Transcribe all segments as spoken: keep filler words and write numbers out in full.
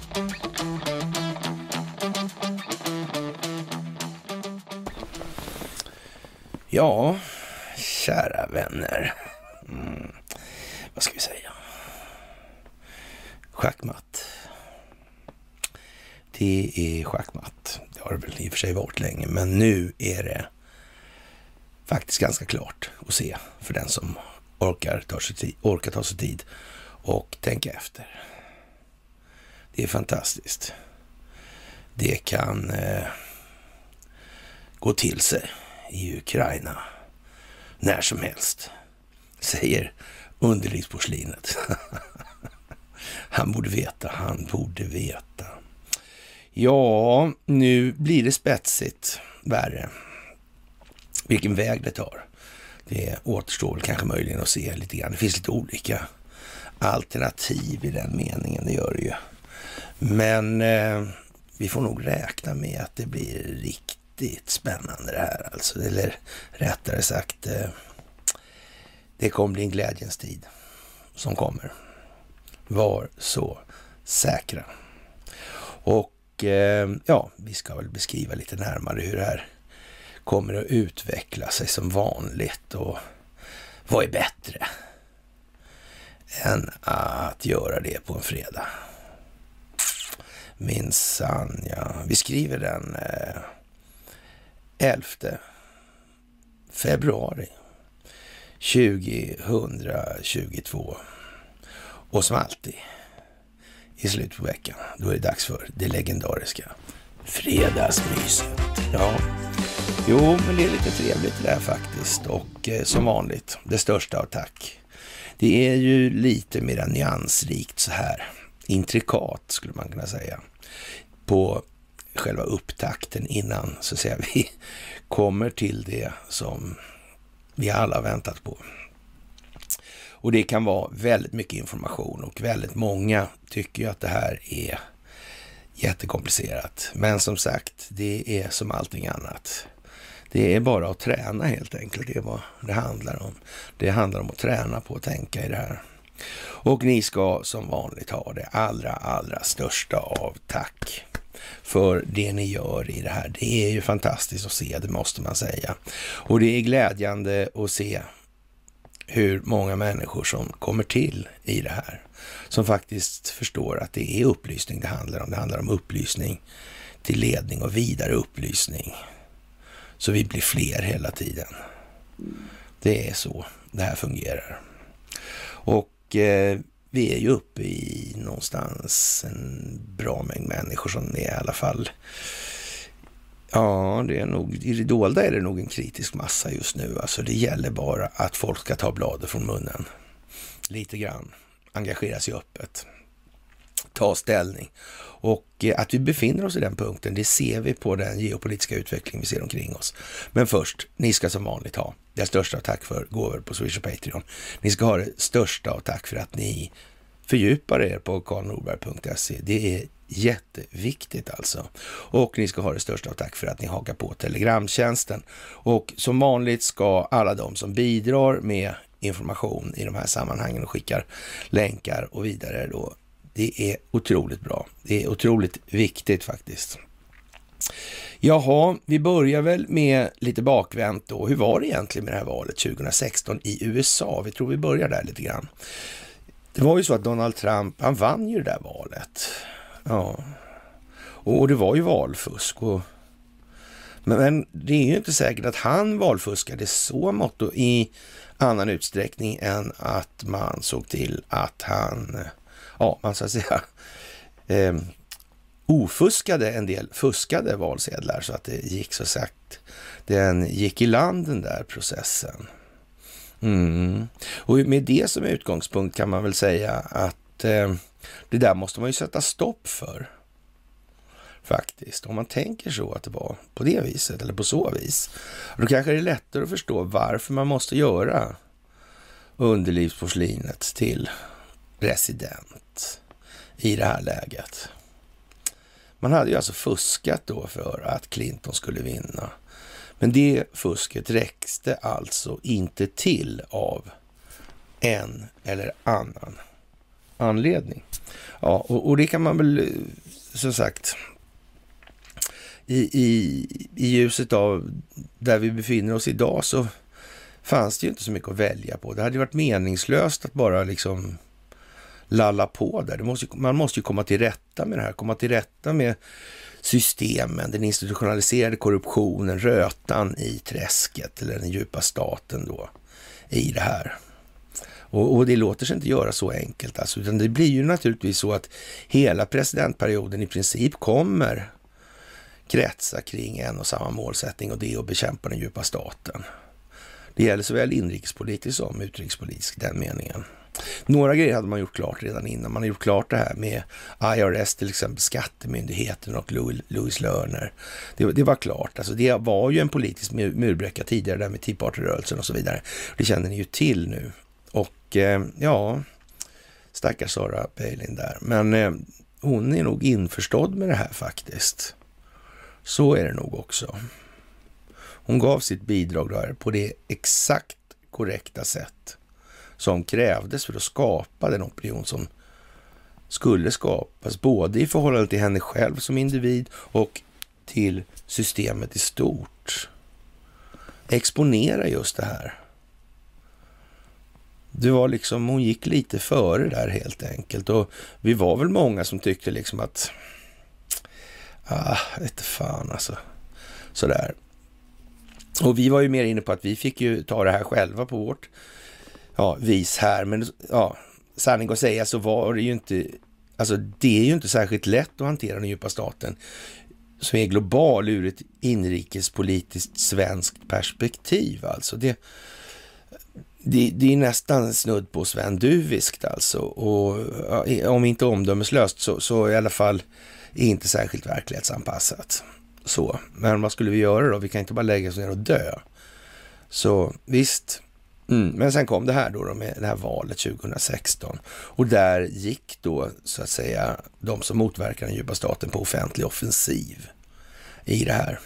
Ja, kära vänner. Mm. Vad ska vi säga? Schackmatt. Det är schackmatt. Det har det väl i och för sig varit länge, men nu är det faktiskt ganska klart att se för den som orkar ta sig tid, orkar ta sig tid och tänka efter. Det är fantastiskt. Det kan eh, gå till sig i Ukraina när som helst, säger underlivsporslinet. Han borde veta, han borde veta. Ja, nu blir det spetsigt värre. Vilken väg det tar, det återstår väl kanske möjligen att se lite grann. Det finns lite olika alternativ i den meningen, det gör det ju. Men eh, vi får nog räkna med att det blir riktigt spännande det här. Alltså, eller rättare sagt, eh, det kommer bli en glädjens tid som kommer. Var så säkra. Och eh, ja, vi ska väl beskriva lite närmare hur det här kommer att utveckla sig som vanligt. Och vad är bättre än att göra det på en fredag? Minsann, ja. Vi skriver den eh, elfte februari tjugohundratjugotvå. Och som alltid i slutet på veckan, då är det dags för det legendariska fredagsmyset. Ja, jo, men det är lite trevligt det där faktiskt. Och eh, som vanligt, det största av tack. Det är ju lite mer nyansrikt så här. Intrikat skulle man kunna säga. På själva upptakten innan, så att säga, vi kommer till det som vi alla har väntat på. Och det kan vara väldigt mycket information och väldigt många tycker ju att det här är jättekomplicerat. Men som sagt, det är som allting annat. Det är bara att träna helt enkelt. Det är vad det handlar om. Det handlar om att träna på att tänka i det här. Och ni ska som vanligt ha det allra, allra största av tack för det ni gör i det här. Det är ju fantastiskt att se, det måste man säga. Och det är glädjande att se hur många människor som kommer till i det här. Som faktiskt förstår att det är upplysning det handlar om. Det handlar om upplysning till ledning och vidare upplysning. Så vi blir fler hela tiden. Det är så det här fungerar. Och eh, vi är ju uppe i någonstans en bra mängd människor som är i alla fall. Ja, det är nog, i det dolda är det nog en kritisk massa just nu. Alltså det gäller bara att folk ska ta bladet från munnen. Lite grann. Engagera sig öppet. Ta ställning. Och eh, att vi befinner oss i den punkten, det ser vi på den geopolitiska utveckling vi ser omkring oss. Men först, ni ska som vanligt ha det största av tack för gåvor på Swish och Patreon. Ni ska ha det största av tack för att ni fördjupar er på karl norberg punkt se. Det är jätteviktigt alltså. Och ni ska ha det största av tack för att ni hakar på Telegramtjänsten. Och som vanligt ska alla de som bidrar med information i de här sammanhangen och skickar länkar och vidare då. Det är otroligt bra. Det är otroligt viktigt faktiskt. Jaha, vi börjar väl med lite bakvänt då. Hur var det egentligen med det här valet tjugohundrasexton i U S A? Vi tror vi börjar där lite grann. Det var ju så att Donald Trump, han vann ju det där valet. Ja. Och det var ju valfusk. Och... Men, men det är ju inte säkert att han valfuskade så mått i annan utsträckning än att man såg till att han, ja, man ska säga, eh, ofuskade en del fuskade valsedlar så att det gick så sagt, den gick i land den där processen. Mm. Och med det som utgångspunkt kan man väl säga att eh, det där måste man ju sätta stopp för. Faktiskt, om man tänker så att det var på det viset eller på så vis. Då kanske det är lättare att förstå varför man måste göra underlivsporslinet till president i det här läget. Man hade ju alltså fuskat då för att Clinton skulle vinna. Men det fusket räckte alltså inte till av en eller annan anledning. Ja, och, och det kan man väl, som sagt, i, i, i ljuset av där vi befinner oss idag så fanns det ju inte så mycket att välja på. Det hade ju varit meningslöst att bara liksom lalla på där. Det måste, man måste ju komma till rätta med det här, komma till rätta med systemen, den institutionaliserade korruptionen, rötan i träsket eller den djupa staten då i det här. Och, och det låter sig inte göra så enkelt alltså, utan det blir ju naturligtvis så att hela presidentperioden i princip kommer kretsa kring en och samma målsättning, och det är att bekämpa den djupa staten. Det gäller såväl inrikespolitiskt som utrikespolitiskt, den meningen. Några grejer hade man gjort klart redan innan. Man har gjort klart det här med I R S, till exempel Skattemyndigheten och Louis Lerner. Det, det var klart. Alltså det var ju en politisk murbräcka tidigare där med Tea Party-rörelsen och så vidare. Det känner ni ju till nu. Och eh, ja, stackars Sarah Palin där. Men eh, hon är nog införstådd med det här faktiskt. Så är det nog också. Hon gav sitt bidrag där på det exakt korrekta sätt som krävdes för att skapa den opinion som skulle skapas, både i förhållande till henne själv som individ och till systemet i stort. Exponera just det här. Det var liksom, hon gick lite före där helt enkelt, och vi var väl många som tyckte liksom att ah, vet fan alltså, sådär. Och vi var ju mer inne på att vi fick ju ta det här själva på vårt ja, vis här. Men ja, sanning att säga så var det ju inte, alltså det är ju inte särskilt lätt att hantera den djupa staten som är global ur ett inrikespolitiskt svenskt perspektiv. Alltså det, det, det är nästan snudd på Sven Duviskt alltså. Och ja, om inte omdömeslöst så, så i alla fall är inte särskilt verklighetsanpassat. Så, men vad skulle vi göra då? Vi kan inte bara lägga oss ner och dö. Så visst. Mm. Men sen kom det här då, då med det här valet tjugohundrasexton. Och där gick då så att säga de som motverkar den djupa staten på offentlig offensiv i det här.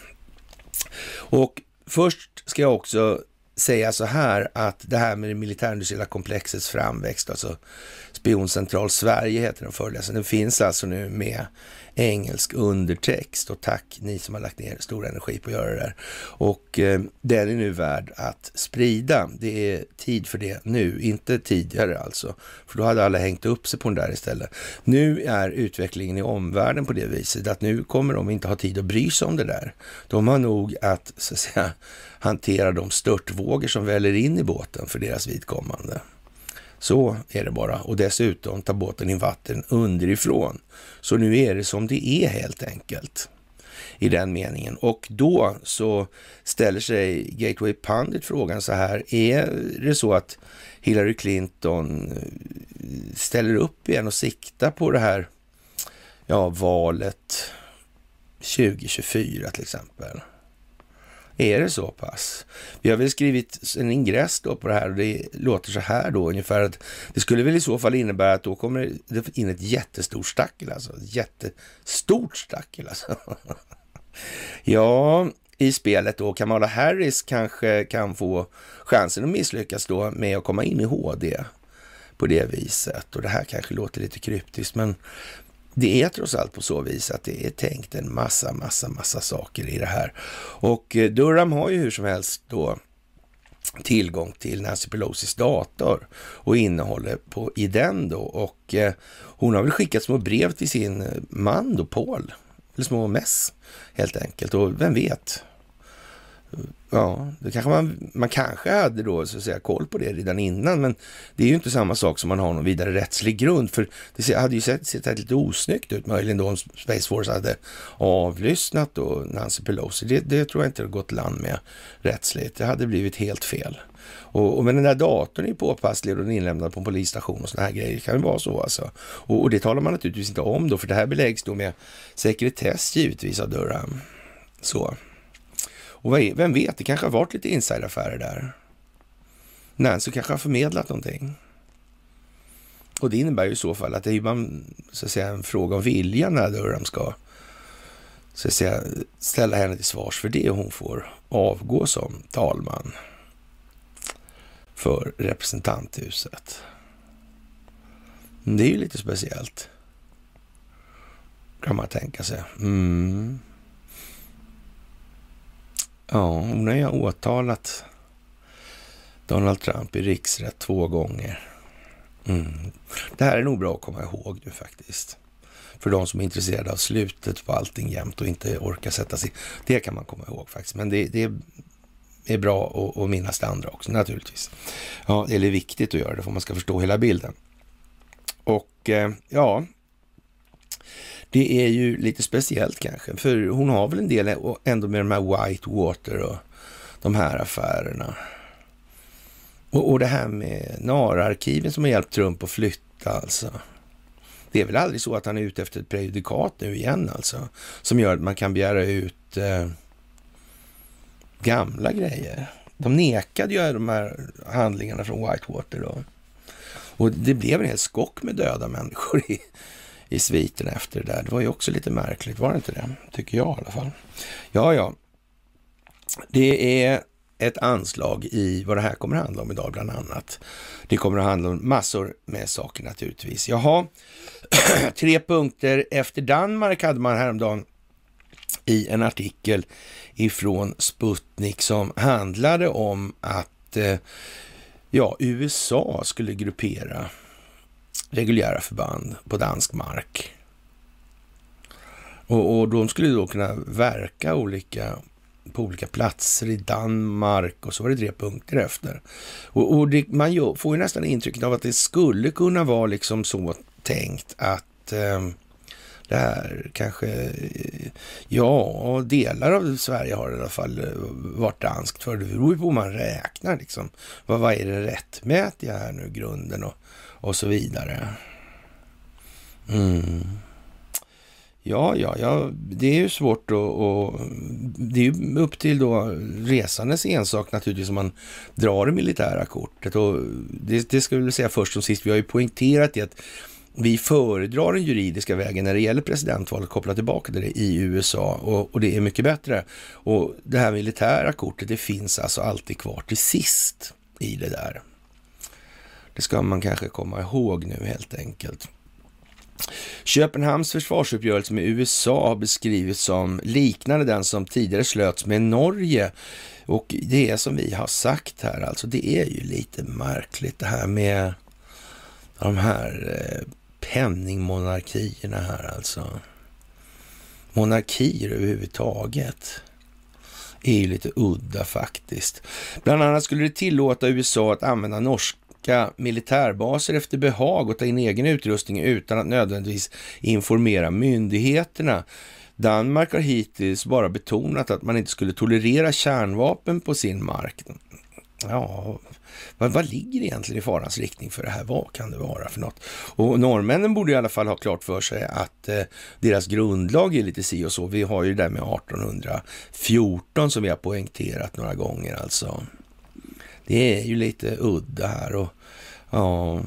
Och först ska jag också säga så här att det här med det militärindustriella komplexets framväxt, alltså Spioncentral Sverige heter den föreläsningen. Den finns alltså nu med engelsk undertext, och tack ni som har lagt ner stor energi på att göra det där. Och eh, den är nu värd att sprida. Det är tid för det nu, inte tidigare alltså. För då hade alla hängt upp sig på den där istället. Nu är utvecklingen i omvärlden på det viset att nu kommer de inte ha tid att bry sig om det där. De har nog att, så att säga, hantera de störtvågor som väller in i båten för deras vidkommande. Så är det bara. Och dessutom ta båten i vatten underifrån. Så nu är det som det är helt enkelt. I den meningen. Och då så ställer sig Gateway Pundit frågan så här. Är det så att Hillary Clinton ställer upp igen och siktar på det här ja, valet tjugo tjugofyra till exempel? Är det så pass? Vi har väl skrivit en ingress då på det här, och det låter så här då ungefär att det skulle väl i så fall innebära att då kommer det in ett jättestort stackel, alltså ett jättestort stackel alltså. Ja, i spelet då Kamala Harris kanske kan få chansen att misslyckas då med att komma in i H D på det viset, och det här kanske låter lite kryptiskt, men det är trots allt på så vis att det är tänkt en massa, massa, massa saker i det här. Och Durham har ju hur som helst då tillgång till Nancy Pelosis dator och innehållet på, i den då. Och eh, hon har väl skickat små brev till sin man då, Paul. Eller små mess helt enkelt. Och vem vet? Ja, det kanske man, man kanske hade då så att säga koll på det redan innan, men det är ju inte samma sak som man har någon vidare rättslig grund, för det hade ju sett, sett lite osnyggt ut möjligen då om Space Force hade avlyssnat då Nancy Pelosi. Det, det tror jag inte det gått land med rättsligt. Det hade blivit helt fel. Och, och men den där datorn är påpasslig och den är inlämnad på en polisstation och såna här grejer. Det kan ju vara så alltså. Och, och det talar man naturligtvis inte om då, för det här beläggs då med sekretess givetvis av Durham. Så. Och vem vet, det kanske har varit lite insideraffärer där. Nancy kanske har förmedlat någonting. Och det innebär ju i så fall att det är man, så att säga, en fråga om vilja när Durham ska, så att säga, ställa henne till svars för det, och hon får avgå som talman för representanthuset. Det är ju lite speciellt. Kan man tänka sig. Mm. Ja, hon har ju åtalat Donald Trump i riksrätt två gånger. Mm. Det här är nog bra att komma ihåg nu faktiskt. För de som är intresserade av slutet på allting jämt och inte orkar sätta sig. Det kan man komma ihåg faktiskt. Men det, det är bra att, att minnas det andra också naturligtvis. Ja, det är viktigt att göra det för man ska förstå hela bilden. Och eh, ja, det är ju lite speciellt kanske. För hon har väl en del ändå med de här Whitewater och de här affärerna. Och, och det här med N A R A-arkiven som har hjälpt Trump att flytta alltså. Det är väl aldrig så att han är ute efter ett prejudikat nu igen alltså. Som gör att man kan begära ut eh, gamla grejer. De nekade ju de här handlingarna från Whitewater då. Och det blev en hel skock med döda människor i, i sviten efter det där. Det var ju också lite märkligt, var det inte det? Tycker jag i alla fall. Ja, ja. Det är ett anslag i vad det här kommer att handla om idag bland annat. Det kommer att handla om massor med saker naturligtvis. Jaha, tre punkter efter Danmark hade man häromdagen i en artikel ifrån Sputnik som handlade om att eh, ja, U S A skulle gruppera reguljära förband på dansk mark. Och, och de skulle då kunna verka olika på olika platser i Danmark och så var det tre punkter efter. Och, och det, man ju, får ju nästan intrycket av att det skulle kunna vara liksom så tänkt att eh, det här kanske, ja, delar av Sverige har i alla fall varit danskt för det beror ju på hur man räknar liksom. Vad, vad är det rättmätiga här nu, grunden och, och så vidare. Mm. Ja, ja, ja, det är ju svårt att, och det är ju upp till då resandes ensak naturligtvis om man drar det militära kortet och det, det ska vi väl säga först som sist, vi har ju poängterat det att vi föredrar den juridiska vägen när det gäller presidentvalet, koppla tillbaka till det i U S A och, och det är mycket bättre. Och det här militära kortet, det finns alltså alltid kvar till sist i det där. Det ska man kanske komma ihåg nu helt enkelt. Köpenhamns försvarsuppgörelse med U S A har beskrivits som liknande den som tidigare slöts med Norge. Och det är som vi har sagt här, alltså det är ju lite märkligt det här med de här eh, penningmonarkierna här alltså. Monarkier överhuvudtaget är ju lite udda faktiskt. Bland annat skulle det tillåta U S A att använda norska militärbaser efter behag och ta in egen utrustning utan att nödvändigtvis informera myndigheterna. Danmark har hittills bara betonat att man inte skulle tolerera kärnvapen på sin mark. Ja, vad, vad ligger egentligen i farans riktning för det här? Vad kan det vara för något? Och norrmännen borde i alla fall ha klart för sig att eh, deras grundlag är lite si och så. Vi har ju det där med arton fjorton som vi har poängterat några gånger alltså. Det är ju lite udda här och ja,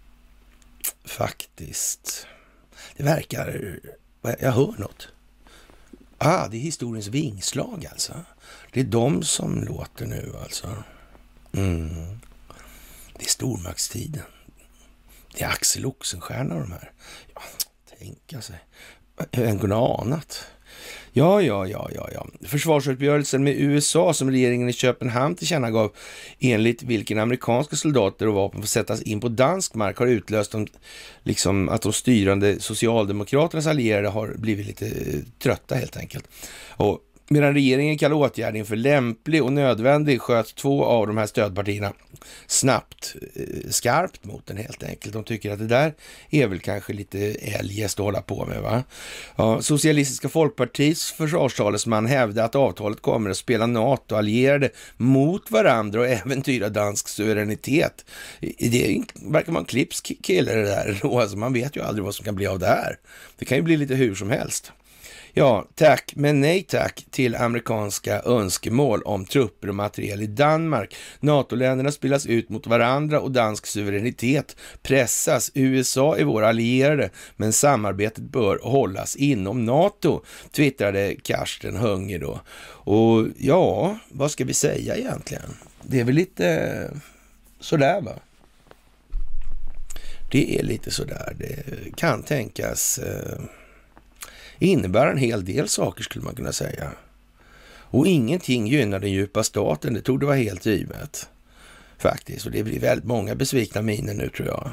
faktiskt. Det verkar, jag hör något. Ah, det är historiens vingslag alltså. Det är de som låter nu alltså. Mm. Det är stormaktstiden. Det är Axel Oxenstierna och de här. Ja, tänka sig. En kunde anat. Ja, ja, ja, ja, ja. Försvarsuppgörelsen med U S A som regeringen i Köpenhamn tillkännagav enligt vilken amerikanska soldater och vapen får sättas in på dansk mark har utlöst de, liksom, att de styrande socialdemokraternas allierade har blivit lite trötta helt enkelt. Och medan regeringen kallar åtgärden för lämplig och nödvändig sköt två av de här stödpartierna snabbt eh, skarpt mot den helt enkelt. De tycker att det där är väl kanske lite eljest att hålla på med, va? Ja, Socialistiska Folkpartiets försvarstalesman hävdade att avtalet kommer att spela NATO-allierade mot varandra och äventyra dansk suveränitet. Det verkar vara en klippskille det där. Alltså, man vet ju aldrig vad som kan bli av det här. Det kan ju bli lite hur som helst. Ja, tack men nej tack till amerikanska önskemål om trupper och materiel i Danmark. NATO-länderna spelas ut mot varandra och dansk suveränitet pressas. U S A är våra allierade, men samarbetet bör hållas inom NATO, twittrade Karsten Hönger då. Och ja, vad ska vi säga egentligen? Det är väl lite sådär, va? Det är lite sådär. Det kan tänkas eh, innebära en hel del saker skulle man kunna säga. Och ingenting gynnar den djupa staten. Det tog det vara helt givet. Faktiskt. Och det blir väldigt många besvikna miner nu tror jag.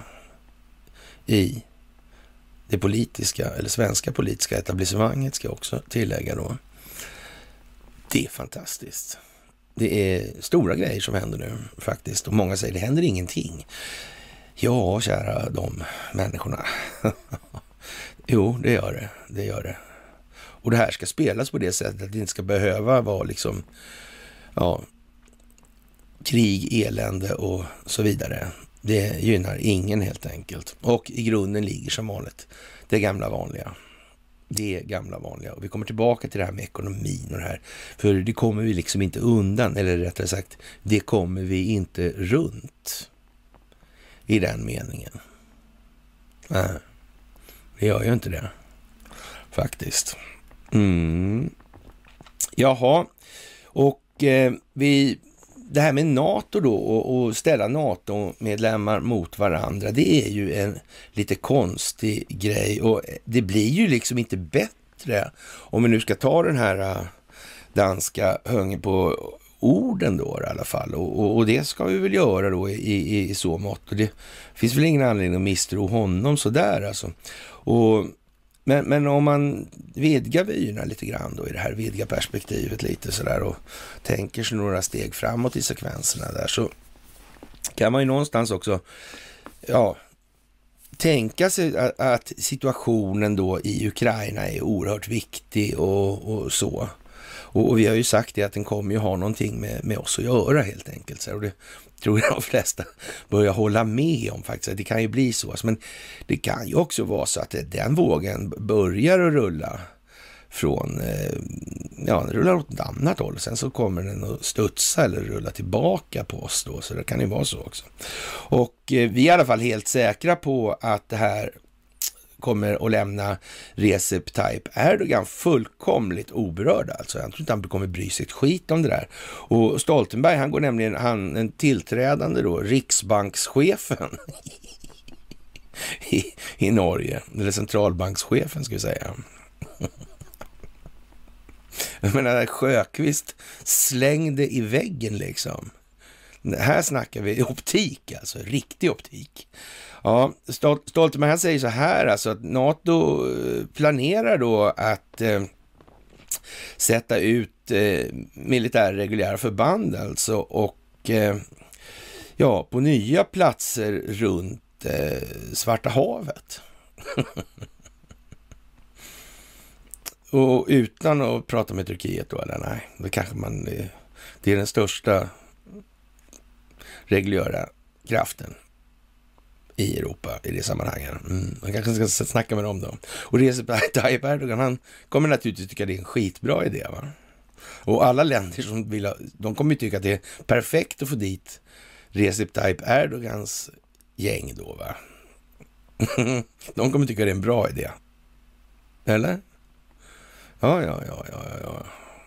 I det politiska eller svenska politiska etablissemanget ska jag också tillägga då. Det är fantastiskt. Det är stora grejer som händer nu faktiskt. Och många säger det händer ingenting. Ja, kära de människorna. Jo, det gör det. Det gör det. Och det här ska spelas på det sättet att det inte ska behöva vara liksom ja, krig, elände och så vidare. Det gynnar ingen helt enkelt. Och i grunden ligger som vanligt det gamla vanliga. Det gamla vanliga. Och vi kommer tillbaka till det här med ekonomin och det här. För det kommer vi liksom inte undan. Eller rättare sagt, det kommer vi inte runt. I den meningen. Nej, det gör ju inte det. Faktiskt. Mm. Jaha. Och eh, vi... Det här med NATO då och, och ställa NATO-medlemmar mot varandra, det är ju en lite konstig grej och det blir ju liksom inte bättre om vi nu ska ta den här uh, danska hungen på orden då i alla fall och, och, och det ska vi väl göra då i, i, i så mått och det finns väl ingen anledning att misstro honom sådär alltså. Och Men, men om man vidgar vyerna lite grann då i det här, vidgar perspektivet lite sådär och tänker sig några steg framåt i sekvenserna där så kan man ju någonstans också ja, tänka sig att, att situationen då i Ukraina är oerhört viktig och, och så. Och, och vi har ju sagt det att den kommer ju ha någonting med, med oss att göra helt enkelt. Så, och det tror jag de flesta börjar hålla med om faktiskt. Det kan ju bli så. Men det kan ju också vara så att den vågen börjar att rulla från, ja, den rullar åt ett annat håll. Sen så kommer den att studsa eller rulla tillbaka på oss då. Så det kan ju vara så också. Och vi är i alla fall helt säkra på att det här kommer att lämna Recep Tayyip Erdogan fullkomligt oberörd. Alltså jag tror inte han kommer bry sig ett skit om det där. Och Stoltenberg, han går nämligen, han en tillträdande då, riksbankschefen i, i Norge. Eller centralbankschefen ska vi säga. Jag menar, Sjöqvist slängde i väggen liksom. Här snackar vi optik, alltså riktig optik. Ja, Stoltenberg han säger så här alltså att NATO planerar då att eh, sätta ut eh, militära reguljära förband alltså och eh, ja, på nya platser runt eh, Svarta havet. Och utan att prata med Turkiet då, eller nej, det kanske man, det är den största reguljära kraften i Europa i det sammanhanget. Mm. Man kanske ska snacka med dem då. Och Recep Tayyip Erdogan, han kommer naturligtvis tycka det är en skitbra idé, va? Och alla länder som vill ha, de kommer tycka att det är perfekt att få dit Recep Tayyip Erdogans gäng då, va? De kommer tycka det är en bra idé. Eller? Ja, ja, ja, ja, ja.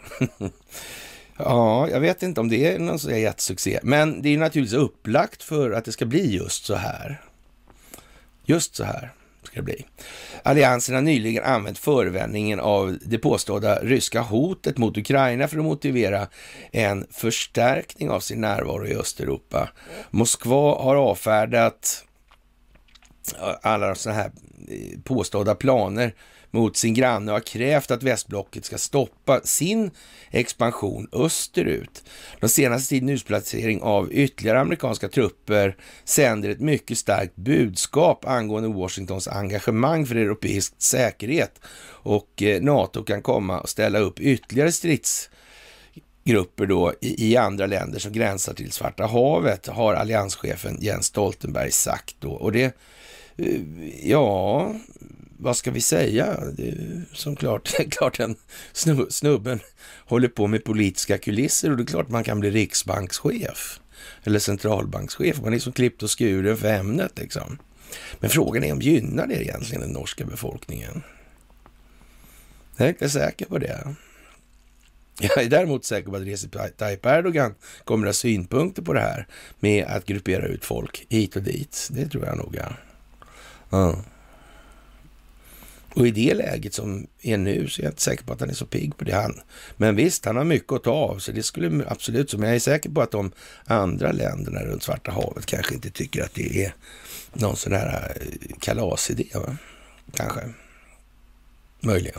Ja, jag vet inte om det är någon sån här jättesuccé. Men det är naturligtvis upplagt för att det ska bli just så här. Just så här ska det bli. Alliansen har nyligen använt förevändningen av det påstådda ryska hotet mot Ukraina för att motivera en förstärkning av sin närvaro i Östeuropa. Moskva har avfärdat alla såna här påstådda planer mot sin granne och har krävt att västblocket ska stoppa sin expansion österut. De senaste tidens utplacering av ytterligare amerikanska trupper sänder ett mycket starkt budskap angående Washingtons engagemang för europeisk säkerhet och NATO kan komma att ställa upp ytterligare stridsgrupper då i, i andra länder som gränsar till Svarta havet, har allianschefen Jens Stoltenberg sagt då. Och det, ja, vad ska vi säga? Det är som klart, klart en snubben håller på med politiska kulisser och det är klart man kan bli riksbankschef eller centralbankschef. Man är som klippt och skuren för ämnet liksom. Men frågan är om gynnar det egentligen den norska befolkningen? Jag är inte säker på det. Jag är däremot säker på att Recep Tayyip Erdogan kommer att ha synpunkter på det här med att gruppera ut folk hit och dit. Det tror jag nog, ja. Ja. Och i det läget som är nu så är jag inte säker på att han är så pigg på det. Han. Men visst, han har mycket att ta av, så det skulle absolut så. Men jag är säker på att de andra länderna runt Svarta havet kanske inte tycker att det är någon sån här kalasidé, va? Kanske. Möjligen.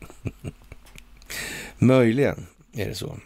Möjligen är det så.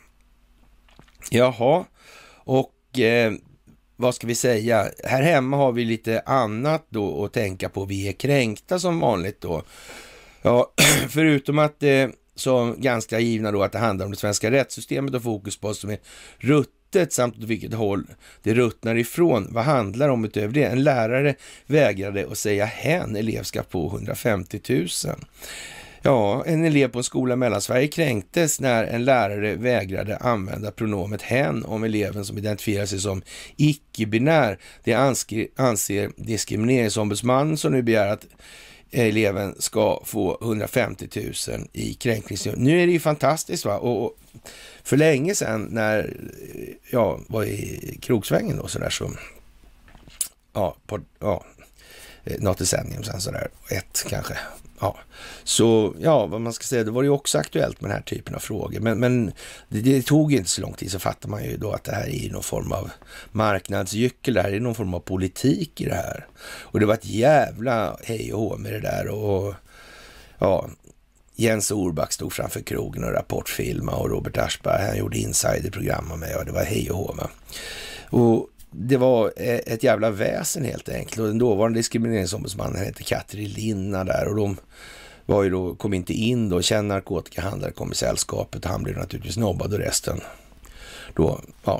Jaha, och eh, vad ska vi säga? Här hemma har vi lite annat då att tänka på. Vi är kränkta som vanligt då. Ja, förutom att det eh, som ganska givna då att det handlar om det svenska rättssystemet och fokus på oss som är ruttet samt åt vilket håll det ruttnar ifrån. Vad handlar om utöver det? En lärare vägrade att säga hen, elev ska på hundrafemtio tusen. Ja, en elev på en skola i Mellansverige kränktes när en lärare vägrade använda pronomet hen om eleven som identifierar sig som icke-binär. Det anser, anser diskrimineringsombudsmannen som nu begär att eleven ska få hundrafemtio tusen i kränkningsstöd. Nu är det ju fantastiskt, va? Och för länge sedan när jag var i Krogsvängen och sådär så ja, på, ja något decennium sen sådär, ett kanske. Ja, så ja, vad man ska säga, det var ju också aktuellt med den här typen av frågor. Men, men det, det tog inte så lång tid, så fattar man ju då att det här är någon form av marknadsgyckel, det här är någon form av politik i det här. Och det var ett jävla hej och hå med det där. Och ja, Jens Orback stod framför krogen och rapportfilma och Robert Aschberg, han gjorde insiderprogram med mig och det var hej och hå med. Och det var ett jävla väsen helt enkelt. Och den dåvarande diskrimineringsombudsmannen hette Katri Linna där. Och de var ju då, kom inte in då. Känd narkotikahandlare kom i sällskapet. Och han blev naturligtvis nobbad och resten då, ja,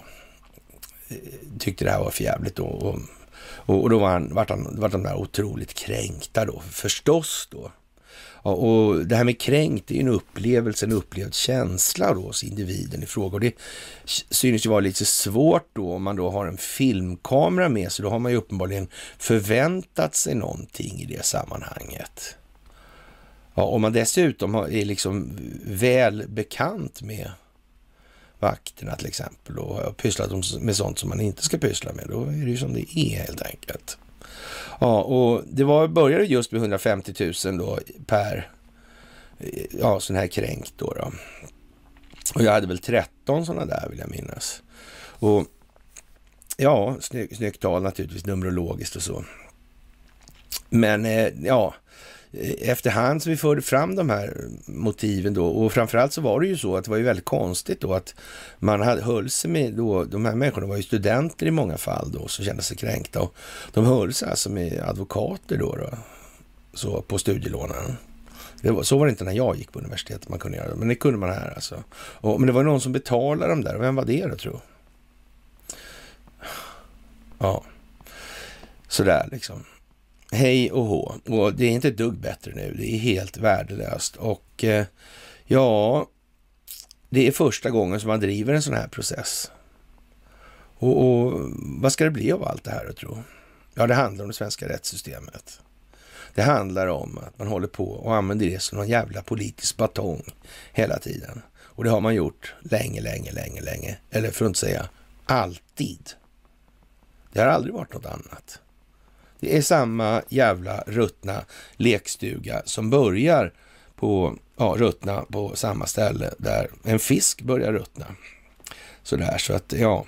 tyckte det här var för jävligt då. Och, och, och då var han, vart han, vart de där otroligt kränkta då. Förstås då. Ja, och det här med kränkt är ju en upplevelse, en upplevd känsla då hos individen i fråga. Och det synes ju vara lite svårt då om man då har en filmkamera med sig. Då har man ju uppenbarligen förväntat sig någonting i det sammanhanget. Ja, om man dessutom är liksom väl bekant med vakterna till exempel och har pysslat med sånt som man inte ska pyssla med, då är det ju som det är helt enkelt. Ja, och det var, började just med hundrafemtio tusen då per ja, sån här kränkt då, då. Och jag hade väl tretton sådana där vill jag minnas. Och ja, snygg, snyggt tal naturligtvis, numerologiskt och så. Men eh, ja, efterhand så vi förde fram de här motiven då, och framförallt så var det ju så att det var ju väldigt konstigt då att man hade, höll sig med då, de här människorna var ju studenter i många fall då, så kände sig kränkta, och de höll sig alltså med advokater då, då så på studielånen. Det var, så var det inte när jag gick på universitetet man kunde göra det, men det kunde man här alltså. Och, men det var någon som betalade dem där, och vem var det då tror? Ja, sådär liksom. Hej och hå. Och det är inte ett dugg bättre nu. Det är helt värdelöst. Och eh, ja, det är första gången som man driver en sån här process. Och, och vad ska det bli av allt det här, jag tror? Ja, det handlar om det svenska rättssystemet. Det handlar om att man håller på och använder det som någon jävla politisk batong hela tiden. Och det har man gjort länge, länge, länge, länge. Eller för att inte säga alltid. Det har aldrig varit något annat. Det är samma jävla ruttna lekstuga som börjar på, ja, ruttna på samma ställe där en fisk börjar ruttna. Sådär, så att ja.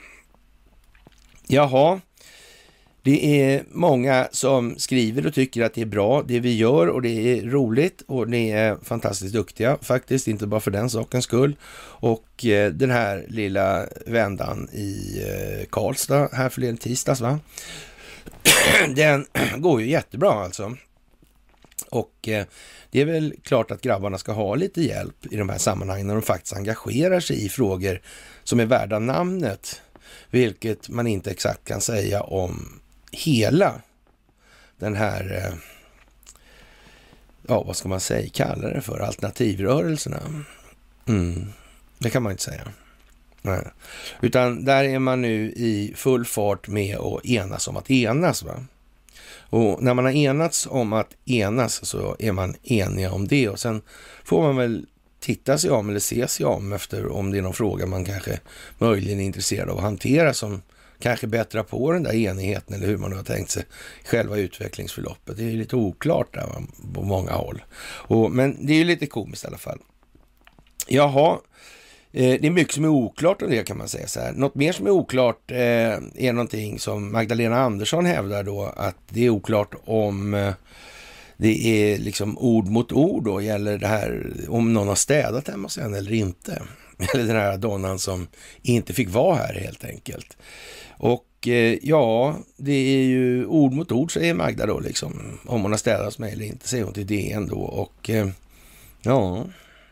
Jaha, det är många som skriver och tycker att det är bra det vi gör, och det är roligt, och ni är fantastiskt duktiga faktiskt, inte bara för den sakens skull. Och eh, den här lilla vändan i eh, Karlstad här förleden tisdags, va? Den går ju jättebra alltså. Och eh, det är väl klart att grabbarna ska ha lite hjälp i de här sammanhangen när de faktiskt engagerar sig i frågor som är värda namnet. Vilket man inte exakt kan säga om hela den här, eh, ja vad ska man säga, kallar det för alternativrörelserna. Mm, det kan man inte säga. Nej. Utan där är man nu i full fart med att enas om att enas, va? Och när man har enats om att enas så är man eniga om det, och sen får man väl titta sig om eller se sig om efter om det är någon fråga man kanske möjligen är intresserad av att hantera som kanske bättra på den där enigheten eller hur man har tänkt sig själva utvecklingsförloppet. Det är ju lite oklart där på många håll. Och, men det är ju lite komiskt i alla fall. Jaha, eh, det är mycket som är oklart om det kan man säga så här. Något mer som är oklart eh, är någonting som Magdalena Andersson hävdar då att det är oklart om eh, det är liksom ord mot ord då gäller det här om någon har städat hemma sen eller inte. Eller den här donnan som inte fick vara här helt enkelt. Och eh, ja, det är ju ord mot ord säger Magda då liksom. Om hon har städat mig eller inte säger hon till D N då. Och eh, ja,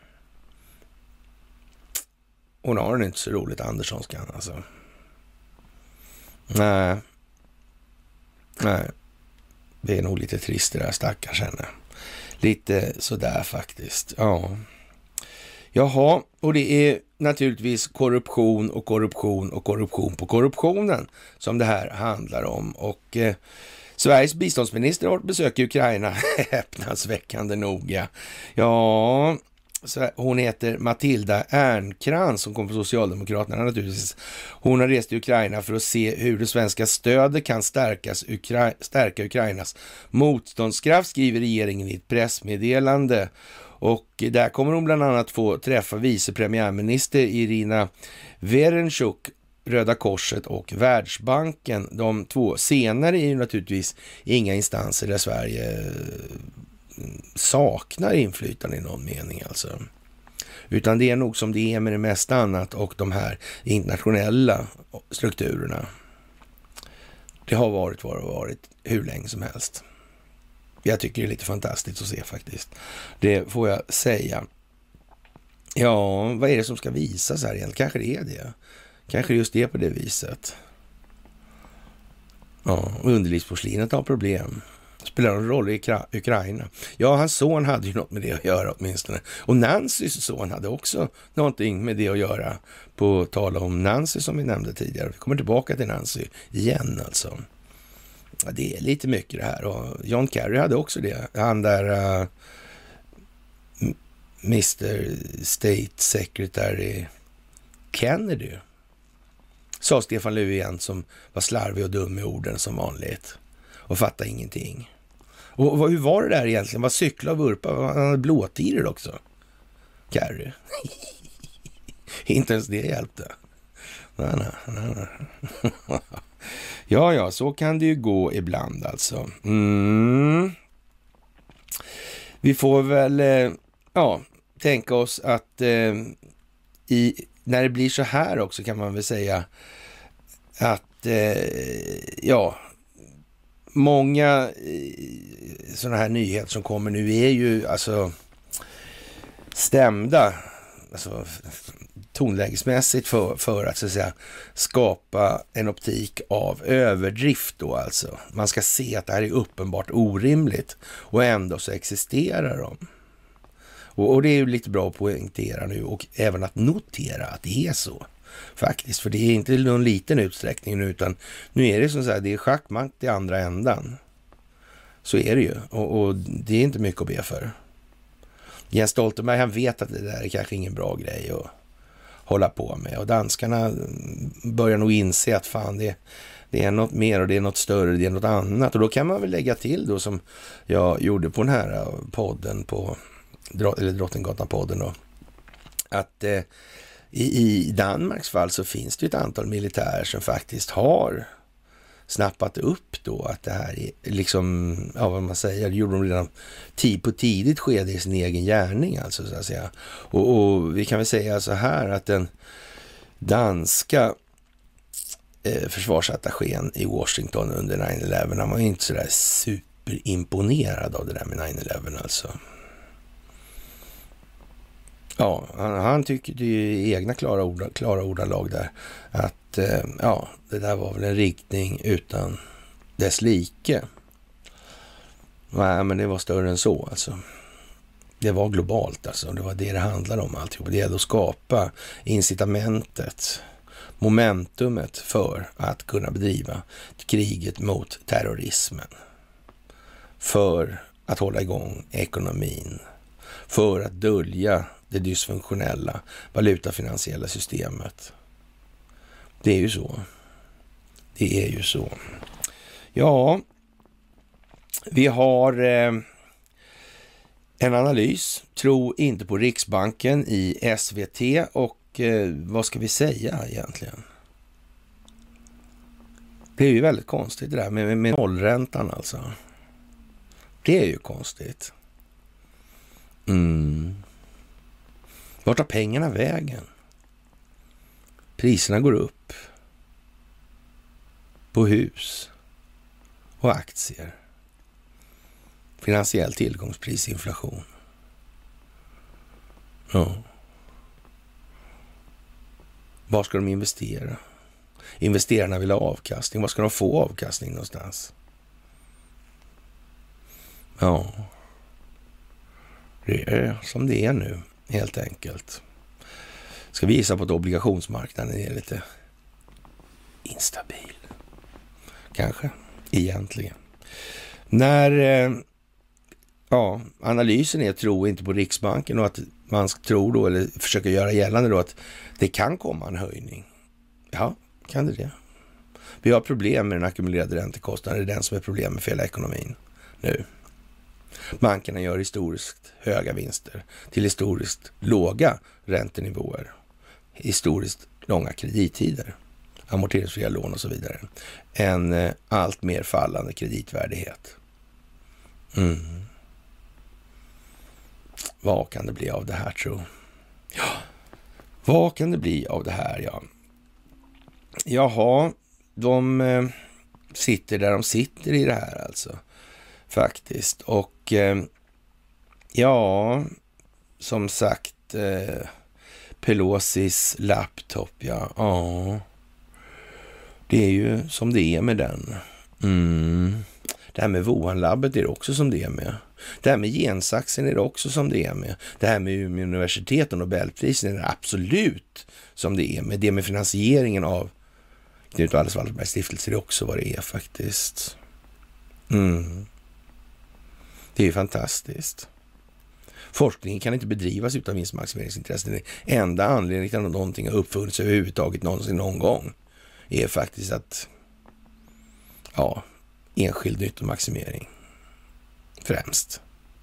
hon har det inte så roligt Anderssonskan alltså. Nej. Nej. Det är nog lite trist det där stackars henne. Lite sådär faktiskt. Ja. Jaha, och det är naturligtvis korruption och korruption och korruption på korruptionen som det här handlar om. Och eh, Sveriges biståndsminister har besökt Ukraina häpnadsväckande noga. Ja, så hon heter Matilda Ernkrans som kommer från Socialdemokraterna naturligtvis. Hon har rest till Ukraina för att se hur det svenska stödet kan stärkas Ukra- stärka Ukrainas motståndskraft, skriver regeringen i ett pressmeddelande. Och där kommer hon bland annat få träffa vice premiärminister Irina Verenchuk, Röda Korset och Världsbanken. De två senare är ju naturligtvis inga instanser där Sverige saknar inflytande i någon mening alltså. Utan det är nog som det är med det mesta annat och de här internationella strukturerna. Det har varit vad det har varit hur länge som helst. Jag tycker det är lite fantastiskt att se faktiskt. Det får jag säga. Ja, vad är det som ska visas här egentligen? Kanske det är det. Kanske just det på det viset. Ja, underlivsporslinet har problem. Spelar en roll i Ukraina. Ja, hans son hade ju något med det att göra åtminstone. Och Nancys son hade också någonting med det att göra. På tal om Nancy som vi nämnde tidigare. Vi kommer tillbaka till Nancy igen alltså. Ja, det är lite mycket det här. Och John Kerry hade också det. Han där uh, mister State Secretary Kennedy. Sa Stefan Löfven som var slarvig och dum i orden som vanligt. Och fattade ingenting. Och, och hur var det där egentligen? Var cykla och vurpa? Han hade blåtider också. Kerry. Inte ens det hjälpte. Nej, nej, nej, nej. Ja, ja, så kan det ju gå ibland alltså. Mm. Vi får väl eh, ja, tänka oss att eh, i, när det blir så här också kan man väl säga att eh, ja, många eh, sådana här nyheter som kommer nu är ju alltså stämda alltså tonlägesmässigt för, för att så att säga skapa en optik av överdrift då alltså. Man ska se att det här är uppenbart orimligt och ändå så existerar de. Och, och det är ju lite bra att poängtera nu och även att notera att det är så faktiskt. För det är inte någon liten utsträckning nu utan nu är det som så här, det är schackmatt i andra ändan. Så är det ju och, och det är inte mycket att be för. Jens Stoltenberg, han vet att det där är kanske ingen bra grej att hålla på med. Och danskarna börjar nog inse att fan det, det är något mer och det är något större, det är något annat. Och då kan man väl lägga till då som jag gjorde på den här podden på, eller Drottninggatan-podden då. Att eh, i, i Danmarks fall så finns det ett antal militärer som faktiskt har snappat upp då att det här är liksom, ja vad man säger, det gjorde de redan tid på tidigt skede i sin egen gärning alltså så att säga. Och, och vi kan väl säga så här att den danska eh, försvarsattachén i Washington under nine eleven, han var inte så där superimponerad av det där med nine eleven alltså. Ja, han, han tycker det är egna klara, ord, klara ordalag där att eh, ja, det där var väl en riktning utan dess like. Nej, men det var större än så alltså. Det var globalt alltså, det var det det handlade om alltihop. Det gällde att skapa incitamentet, momentumet för att kunna bedriva kriget mot terrorismen. För att hålla igång ekonomin. För att dölja det dysfunktionella valutafinansiella systemet. Det är ju så. Det är ju så. Ja, vi har eh, en analys. Tro inte på Riksbanken i S V T och eh, vad ska vi säga egentligen? Det är ju väldigt konstigt det där med, med, med nollräntan alltså. Det är ju konstigt. Mm. Vart tar pengarna vägen? Priserna går upp. På hus och aktier. Finansiell tillgångspris, inflation. Ja. Var ska de investera? Investerarna vill ha avkastning. Var ska de få avkastning någonstans? Ja. Det är som det är nu, helt enkelt. Ska vi gissa på att obligationsmarknaden är lite instabil. Kanske, egentligen. När ja, analysen är tro inte på Riksbanken och att man tror då, eller försöker göra gällande då att det kan komma en höjning. Ja, kan det det? Vi har problem med den ackumulerade räntekostnaden. Det är den som är problemet för hela ekonomin nu. Bankerna gör historiskt höga vinster till historiskt låga räntenivåer. Historiskt långa kredittider. Amorteringsfria lån och så vidare. En eh, allt mer fallande kreditvärdighet. Mm. Vad kan det bli av det här, tro? Ja, vad kan det bli av det här, ja? Jaha, de eh, sitter där de sitter i det här alltså. Faktiskt. Och eh, ja, som sagt, eh, Pelosis laptop, ja. Ja. Det är ju som det är med den. Mm. Det här med Wuhan-labbet är det också som det är med. Det här med gensaxen är det också som det är med. Det här med Umeå universitet och Nobelprisen är det absolut som det är med. Det med finansieringen av Knut Walles Wallenbergs stiftelse är det också vad det är faktiskt. Mm. Det är ju fantastiskt. Forskningen kan inte bedrivas utan vinstmaximeringsintressen. Det enda anledningen till att någonting har uppfunnits överhuvudtaget någonsin någon gång är faktiskt att ja, enskild nyttomaximering främst.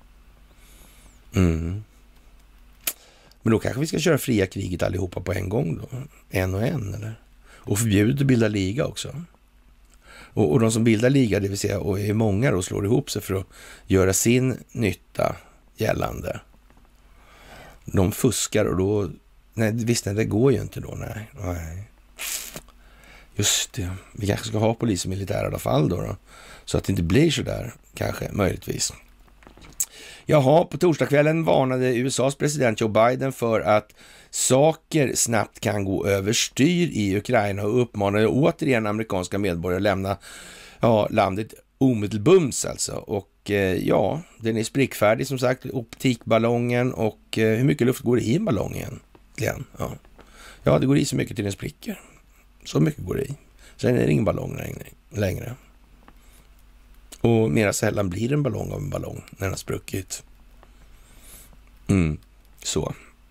Mm. Men då kanske vi ska köra fria kriget allihopa på en gång då. En och en, eller? Och förbjudet att bilda liga också. Och, och de som bildar liga, det vill säga och är många då, slår ihop sig för att göra sin nytta gällande. De fuskar och då, nej visst, nej, det går ju inte då, nej. nej. Just det, vi kanske ska ha polis och militär i alla fall då, då. Så att det inte blir så där, kanske, möjligtvis. Jaha, på torsdagskvällen varnade U S A:s president Joe Biden för att saker snabbt kan gå överstyr i Ukraina och uppmanade återigen amerikanska medborgare att lämna ja, landet omedelbums alltså. Och eh, ja, den är sprickfärdig som sagt, optikballongen och eh, hur mycket luft går det i en ballong egentligen? Ja. ja, det går i så mycket till den spricker. Så mycket går det i. Sen är det ingen ballong längre. Och mera sällan blir en ballong av en ballong när den har spruckit. Mm, så.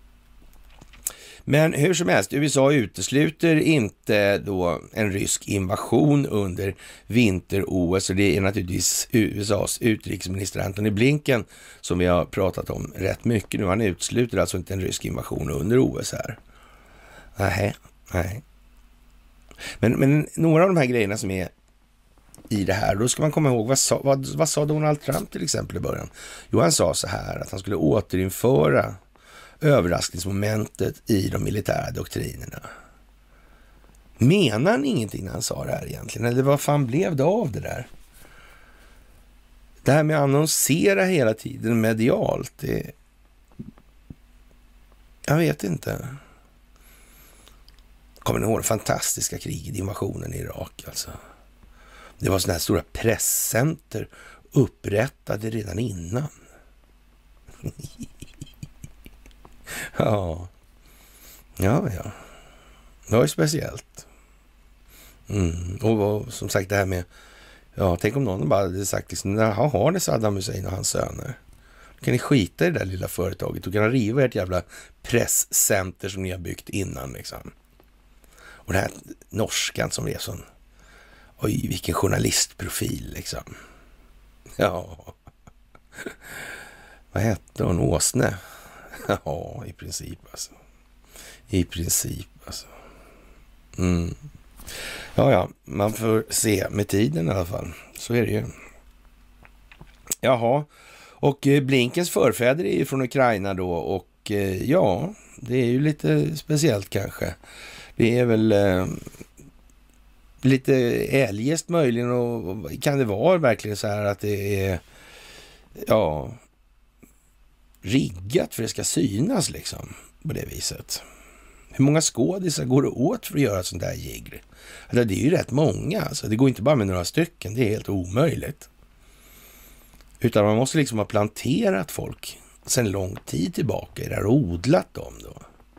Men hur som helst, U S A utesluter inte då en rysk invasion under vinter-O S. Och det är naturligtvis U S A:s utrikesminister Antony Blinken som vi har pratat om rätt mycket nu. Han utesluter alltså inte en rysk invasion under O S här. Nej, nej. Men, men några av de här grejerna som är i det här, då ska man komma ihåg, vad sa, vad, vad sa Donald Trump till exempel i början? Jo, han sa så här att han skulle återinföra överraskningsmomentet i de militära doktrinerna. Menar han ingenting när han sa det här egentligen? Eller vad fan blev det av det där? Det här med att annonsera hela tiden medialt, det... jag vet inte. Kommer ni ihåg det fantastiska kriget, invasionen i Irak alltså? Det var sådana här stora presscenter upprättade redan innan. ja. Ja, ja. Det var ju speciellt. Mm. Och vad, som sagt det här med, ja, tänk om någon bara hade sagt liksom, jaha, har ni Saddam Hussein och hans söner? Kan ni skita i det där lilla företaget? Då kan ni riva ert jävla presscenter som ni har byggt innan liksom. Och det här norskan som är sån Oj, vilken journalistprofil liksom. Ja. Vad hette hon? Åsne? Ja, i princip alltså. I princip alltså. Mm. Ja, ja, man får se med tiden i alla fall. Så är det ju. Jaha, och Blinkens förfäder är ju från Ukraina då och ja, det är ju lite speciellt kanske. Det är väl eh, lite eljest möjligen och kan det vara verkligen så här att det är ja riggat för det ska synas liksom på det viset. Hur många skådisar går det åt för att göra sånt där jigg? Alltså, det är ju rätt många. Alltså. Det går inte bara med några stycken. Det är helt omöjligt. Utan man måste liksom ha planterat folk sedan lång tid tillbaka i det här och odlat dem då.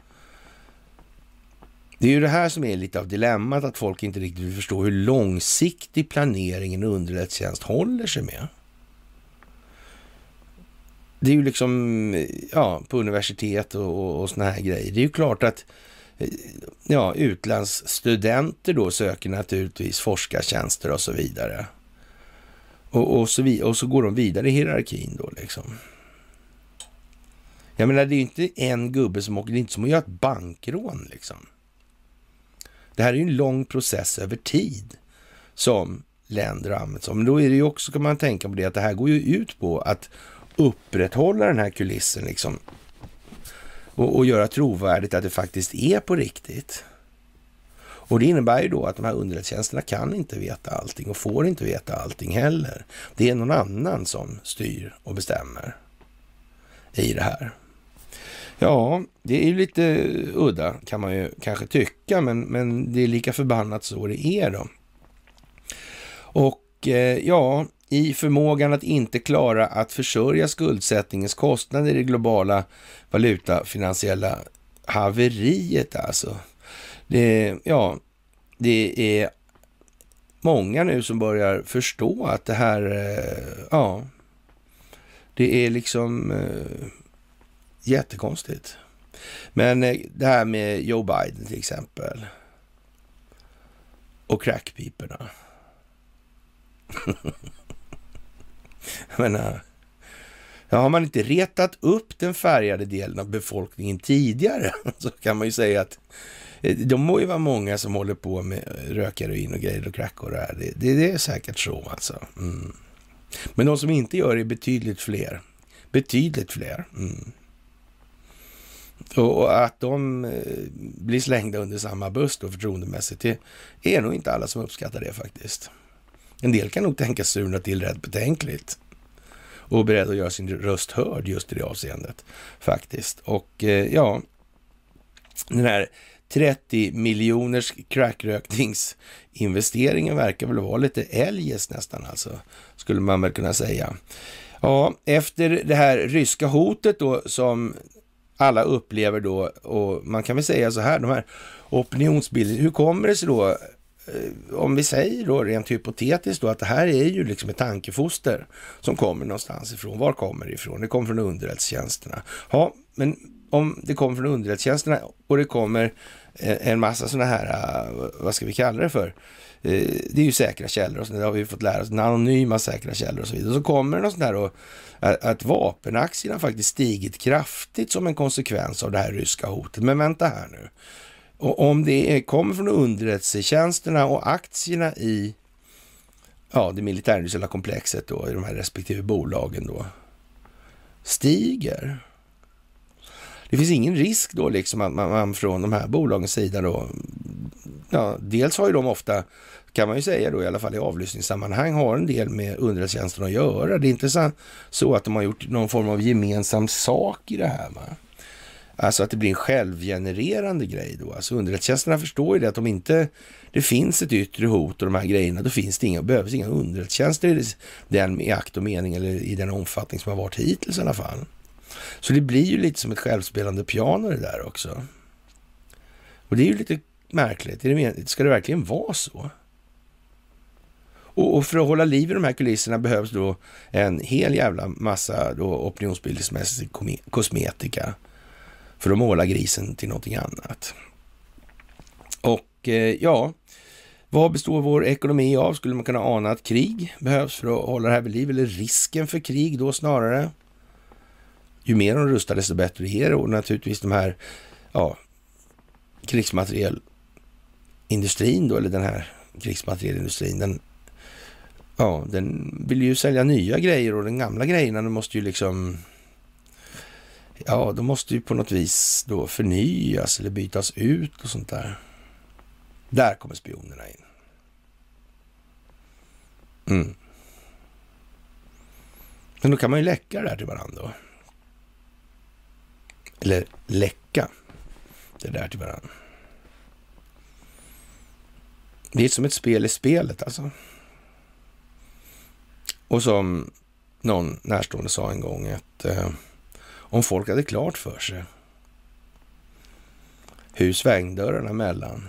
Det är ju det här som är lite av dilemmat, att folk inte riktigt förstår hur långsiktig planeringen och underrättelsetjänst håller sig med. Det är ju liksom, ja, på universitet och, och, och såna här grejer. Det är ju klart att ja, utlandsstudenter då söker naturligtvis forskartjänster och så vidare. Och, och, så, vid, och så går de vidare i hierarkin då liksom. Jag menar, det är ju inte en gubbe som åker, det är inte som att göra ett bankrån liksom. Det här är ju en lång process över tid som länder använder sig. Men då är det ju också, kan man tänka på det, att det här går ju ut på att upprätthålla den här kulissen liksom. Och, och göra trovärdigt att det faktiskt är på riktigt. Och det innebär ju då att de här underrättelsetjänsterna kan inte veta allting och får inte veta allting heller. Det är någon annan som styr och bestämmer i det här. Ja, det är ju lite udda kan man ju kanske tycka, men, men det är lika förbannat så det är då. Och eh, ja, i förmågan att inte klara att försörja skuldsättningens kostnader i det globala valutafinansiella haveriet alltså. Det, ja, det är många nu som börjar förstå att det här, ja, det är liksom eh, jättekonstigt. Men eh, det här med Joe Biden till exempel och crackpiporna. Jag menar, ja, har man inte retat upp den färgade delen av befolkningen tidigare så kan man ju säga att de må ju vara många som håller på med rökheroin och grejer och crack och det här. Det, det, det är säkert så alltså. Mm. Men de som inte gör det är betydligt fler. Betydligt fler. Mm. Och, och att de eh, blir slängda under samma buss då förtroendemässigt, det är nog inte alla som uppskattar det faktiskt. En del kan nog tänka surna till rätt betänkligt och beredd att göra sin röst hörd just i det avseendet faktiskt. Och eh, ja, den här trettio miljoners crackrökningsinvesteringen verkar väl vara lite eljest nästan alltså, skulle man väl kunna säga. Ja, efter det här ryska hotet då som alla upplever då, och man kan väl säga så här, de här opinionsbildningarna, hur kommer det sig då, om vi säger då rent hypotetiskt då att det här är ju liksom ett tankefoster som kommer någonstans ifrån. Var kommer det ifrån? Det kommer från underrättelsetjänsterna. Ja, men om det kommer från underrättelsetjänsterna och det kommer en massa sådana här, vad ska vi kalla det för? Det är ju säkra källor och så, det har vi fått lära oss, anonyma säkra källor och så vidare. Och så kommer det något sånt här då, att vapenaktierna faktiskt stigit kraftigt som en konsekvens av det här ryska hotet. Men vänta här nu. Och om det är, kommer från underrättelsetjänsterna och aktierna i ja, det militärindustriella komplexet då, i de här respektive bolagen då, stiger. Det finns ingen risk då liksom att man, man från de här bolagens sida då, ja, dels har ju de ofta, kan man ju säga då i alla fall i avlyssningssammanhang, har en del med underrättelsetjänsterna att göra. Det är inte så, så att de har gjort någon form av gemensam sak i det här, va? Alltså att det blir en självgenererande grej då. Alltså underrättelsetjänsterna förstår ju det, att om inte det finns ett yttre hot och de här grejerna, då finns det inga, behövs inga underrättelsetjänster i den i akt och mening eller i den omfattning som har varit hittills i alla fall. Så det blir ju lite som ett självspelande piano det där också. Och det är ju lite märkligt. Är det, ska det verkligen vara så? Och, och för att hålla liv i de här kulisserna behövs då en hel jävla massa då opinionsbildningsmässig kosmetika för att måla grisen till någonting annat. Och eh, ja, Vad består vår ekonomi av? Skulle man kunna ana att krig behövs för att hålla det här vid liv? Eller risken för krig då snarare? Ju mer de rustar desto bättre är det. Och naturligtvis de här ja, krigsmaterielindustrin då, eller den här krigsmaterielindustrin, den, ja, den vill ju sälja nya grejer och den gamla grejerna, de måste ju liksom, ja, de måste ju på något vis då förnyas eller bytas ut och sånt där. Där kommer spionerna in. Mm. Men då kan man ju läcka det där till varandra då. Eller läcka det där till varandra. Det är som ett spel i spelet alltså. Och som någon närstående sa en gång att eh, om folk hade klart för sig hur svängdörrarna mellan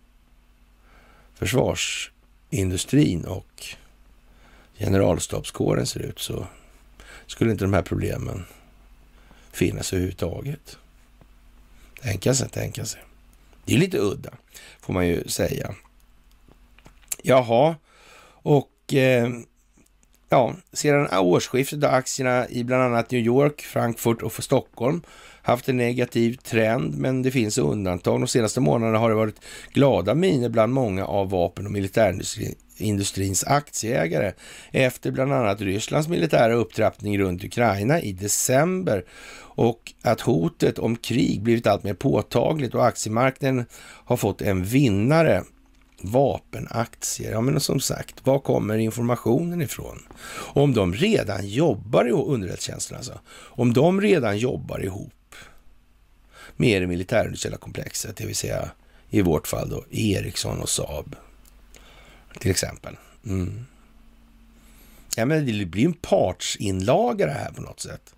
försvarsindustrin och generalstabskåren ser ut, så skulle inte de här problemen finnas överhuvudtaget. Tänka sig, tänka sig. Det är lite udda, får man ju säga. Jaha, och eh, ja, sedan årsskiftet har aktierna i bland annat New York, Frankfurt och för Stockholm haft en negativ trend, men det finns undantag. De senaste månaderna har det varit glada miner bland många av vapen- och militärindustrins aktieägare efter bland annat Rysslands militära upptrappning runt Ukraina i december och att hotet om krig blivit allt mer påtagligt och aktiemarknaden har fått en vinnare. Vapenaktier, ja men som sagt, var kommer informationen ifrån? Om de redan jobbar i underrättelsetjänsten alltså, om de redan jobbar ihop med det militärindustriella komplexet, det vill säga i vårt fall då Ericsson och Saab till exempel. Mm. Ja men det blir en partsinlagare här på något sätt.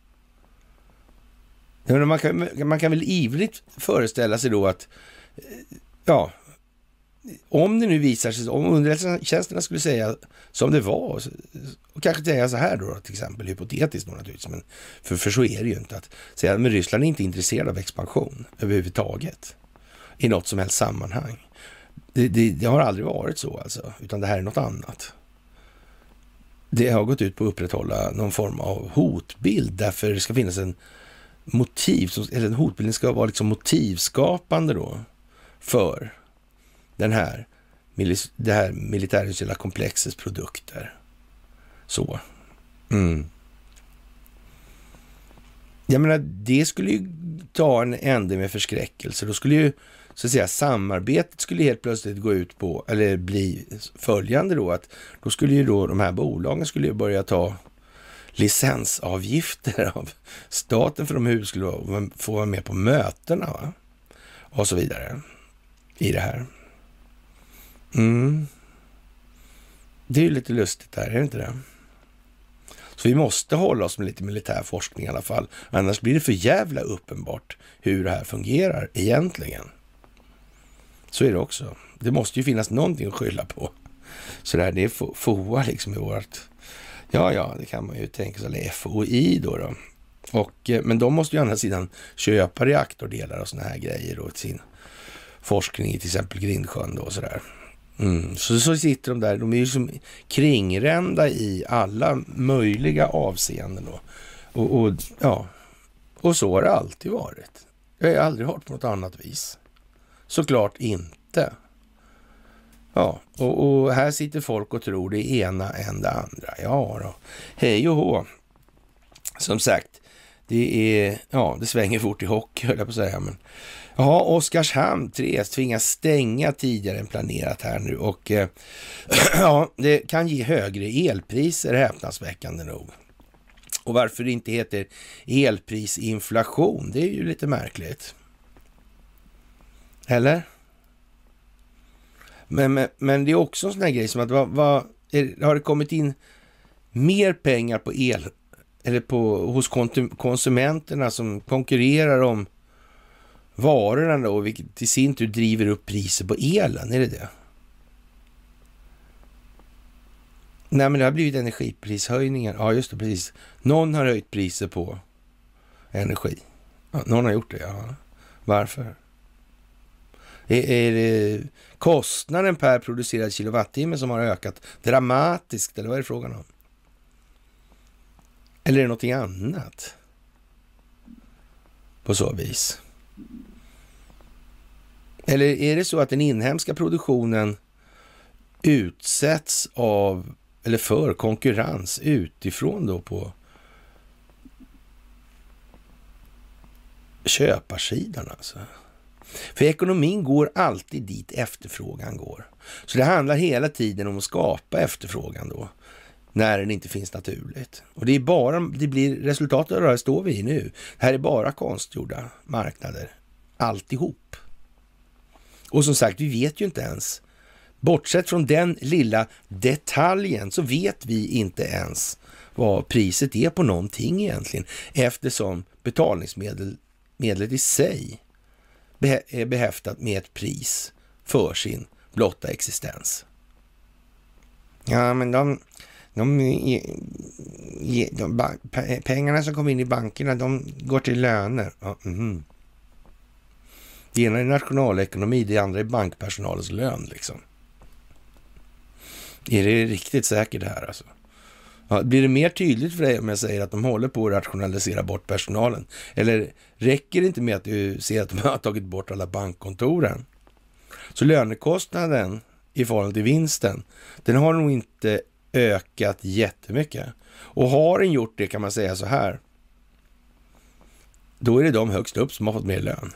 Ja, men man, kan, man kan väl ivrigt föreställa sig då att ja, om det nu visar sig, om underrättelsetjänsterna skulle säga som det var, och kanske säga så här då till exempel, hypotetiskt då naturligtvis, men för, för så är det ju inte, att säga att Ryssland är inte intresserad av expansion överhuvudtaget i något som helst sammanhang. Det, det, det har aldrig varit så alltså, utan det här är något annat. Det har gått ut på att upprätthålla någon form av hotbild, därför det ska finnas en motiv, eller en hotbild ska vara liksom motivskapande då för den här, det här militärindustriella komplexets produkter. Så. Mm. Jag menar, det skulle ju ta en ände med förskräckelse. Då skulle ju, så att säga, samarbetet skulle helt plötsligt gå ut på, eller bli följande då, att då skulle ju då de här bolagen skulle ju börja ta licensavgifter av staten för de hur skulle få vara med på mötena, va? Och så vidare i det här. Mm. Det är ju lite lustigt där, är det inte det? Så vi måste hålla oss med lite militär forskning i alla fall. Annars blir det för jävla uppenbart hur det här fungerar egentligen. Så är det också. Det måste ju finnas någonting att skylla på. Så där, det är F O A liksom i vårt... Ja, ja, det kan man ju tänka sig. Eller F O I då då. Och, men de måste ju å andra sidan köpa reaktordelar och såna här grejer då till sin forskning i till exempel Grindsjön då och sådär. Mm. Så, så sitter de där, de är ju som kringrända i alla möjliga avseenden då. Och, och ja, och så har det alltid varit. Jag har aldrig hört på något annat vis. Såklart inte. Ja, och, och här sitter folk och tror det ena än det andra. Ja då, hej och hå. Som sagt, det är, ja, det svänger fort i hockey, höll jag på att säga, men ja, Oskarshamn tre tvingas stänga tidigare än planerat här nu och eh, ja, det kan ge högre elpriser, häpnadsväckande nog. Och varför det inte heter elprisinflation, det är ju lite märkligt. Eller? Men, men, men det är också en sån här grej som att vad, vad, är, har det kommit in mer pengar på el eller på, hos konsumenterna som konkurrerar om varorna då, vilket i sin tur driver upp priser på elen, är det det? Nej, men det har blivit energiprishöjningar. Ja, just det, precis. Någon har höjt priser på energi. Ja, någon har gjort det, ja. Varför? Är, är det kostnaden per producerad kilowattimme som har ökat dramatiskt, eller vad är det frågan om? Eller är det någonting annat? På så vis. Eller är det så att den inhemska produktionen utsätts av, eller för konkurrens utifrån då på köparsidan alltså? För ekonomin går alltid dit efterfrågan går. Så det handlar hela tiden om att skapa efterfrågan då, när den inte finns naturligt. Och det är bara, det blir resultatet av det här står vi i nu. Det här är bara konstgjorda marknader. Alltihop. Och som sagt, vi vet ju inte ens. Bortsett från den lilla detaljen så vet vi inte ens vad priset är på någonting egentligen. Eftersom betalningsmedlet i sig är behäftat med ett pris för sin blotta existens. Ja, men de, de, de, de pengarna som kommer in i bankerna, de går till löner. Ja, mm. Det ena är nationalekonomi, det andra är bankpersonalens lön liksom. Är det riktigt säkert det här alltså? Ja, blir det mer tydligt för dig om jag säger att de håller på att rationalisera bort personalen? Eller räcker det inte med att du ser att de har tagit bort alla bankkontoren? Så lönekostnaden i förhållande till vinsten, den har nog inte ökat jättemycket. Och har den gjort det kan man säga så här. Då är det de högst upp som har fått mer lön.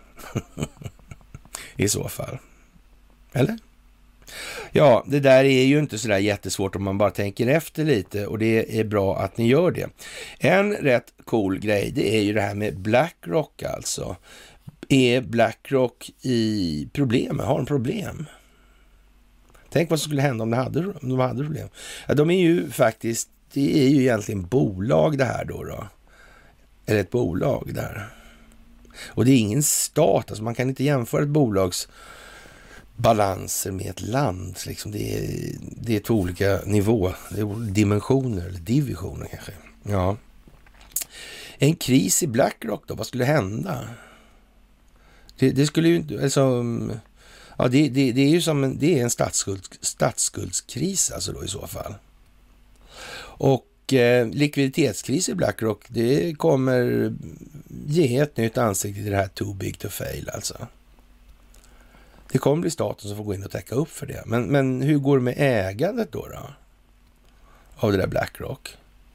I så fall. Eller? Ja, det där är ju inte så där jättesvårt om man bara tänker efter lite, och det är bra att ni gör det. En rätt cool grej, det är ju det här med BlackRock alltså. Är BlackRock i problem? Har de problem? Tänk vad som skulle hända om de hade, om de hade problem. Ja, de är ju faktiskt, det är ju egentligen bolag det här då då. Eller ett bolag där. Och det är ingen stat, alltså man kan inte jämföra ett bolags balanser med ett land. Liksom. Det, är, det är två olika nivåer, det är dimensioner eller divisioner kanske. Ja. En kris i BlackRock då, vad skulle hända? Det, det skulle ju inte, alltså, ja det, det, det är ju som en, det är en statsskuld, statsskuldskris alltså då i så fall. Och eh, likviditetskris i BlackRock, det kommer ge ett nytt ansikte till det här too big to fail alltså. Det kommer bli staten som får gå in och täcka upp för det. Men, men hur går det med ägandet då, då? Av det där BlackRock?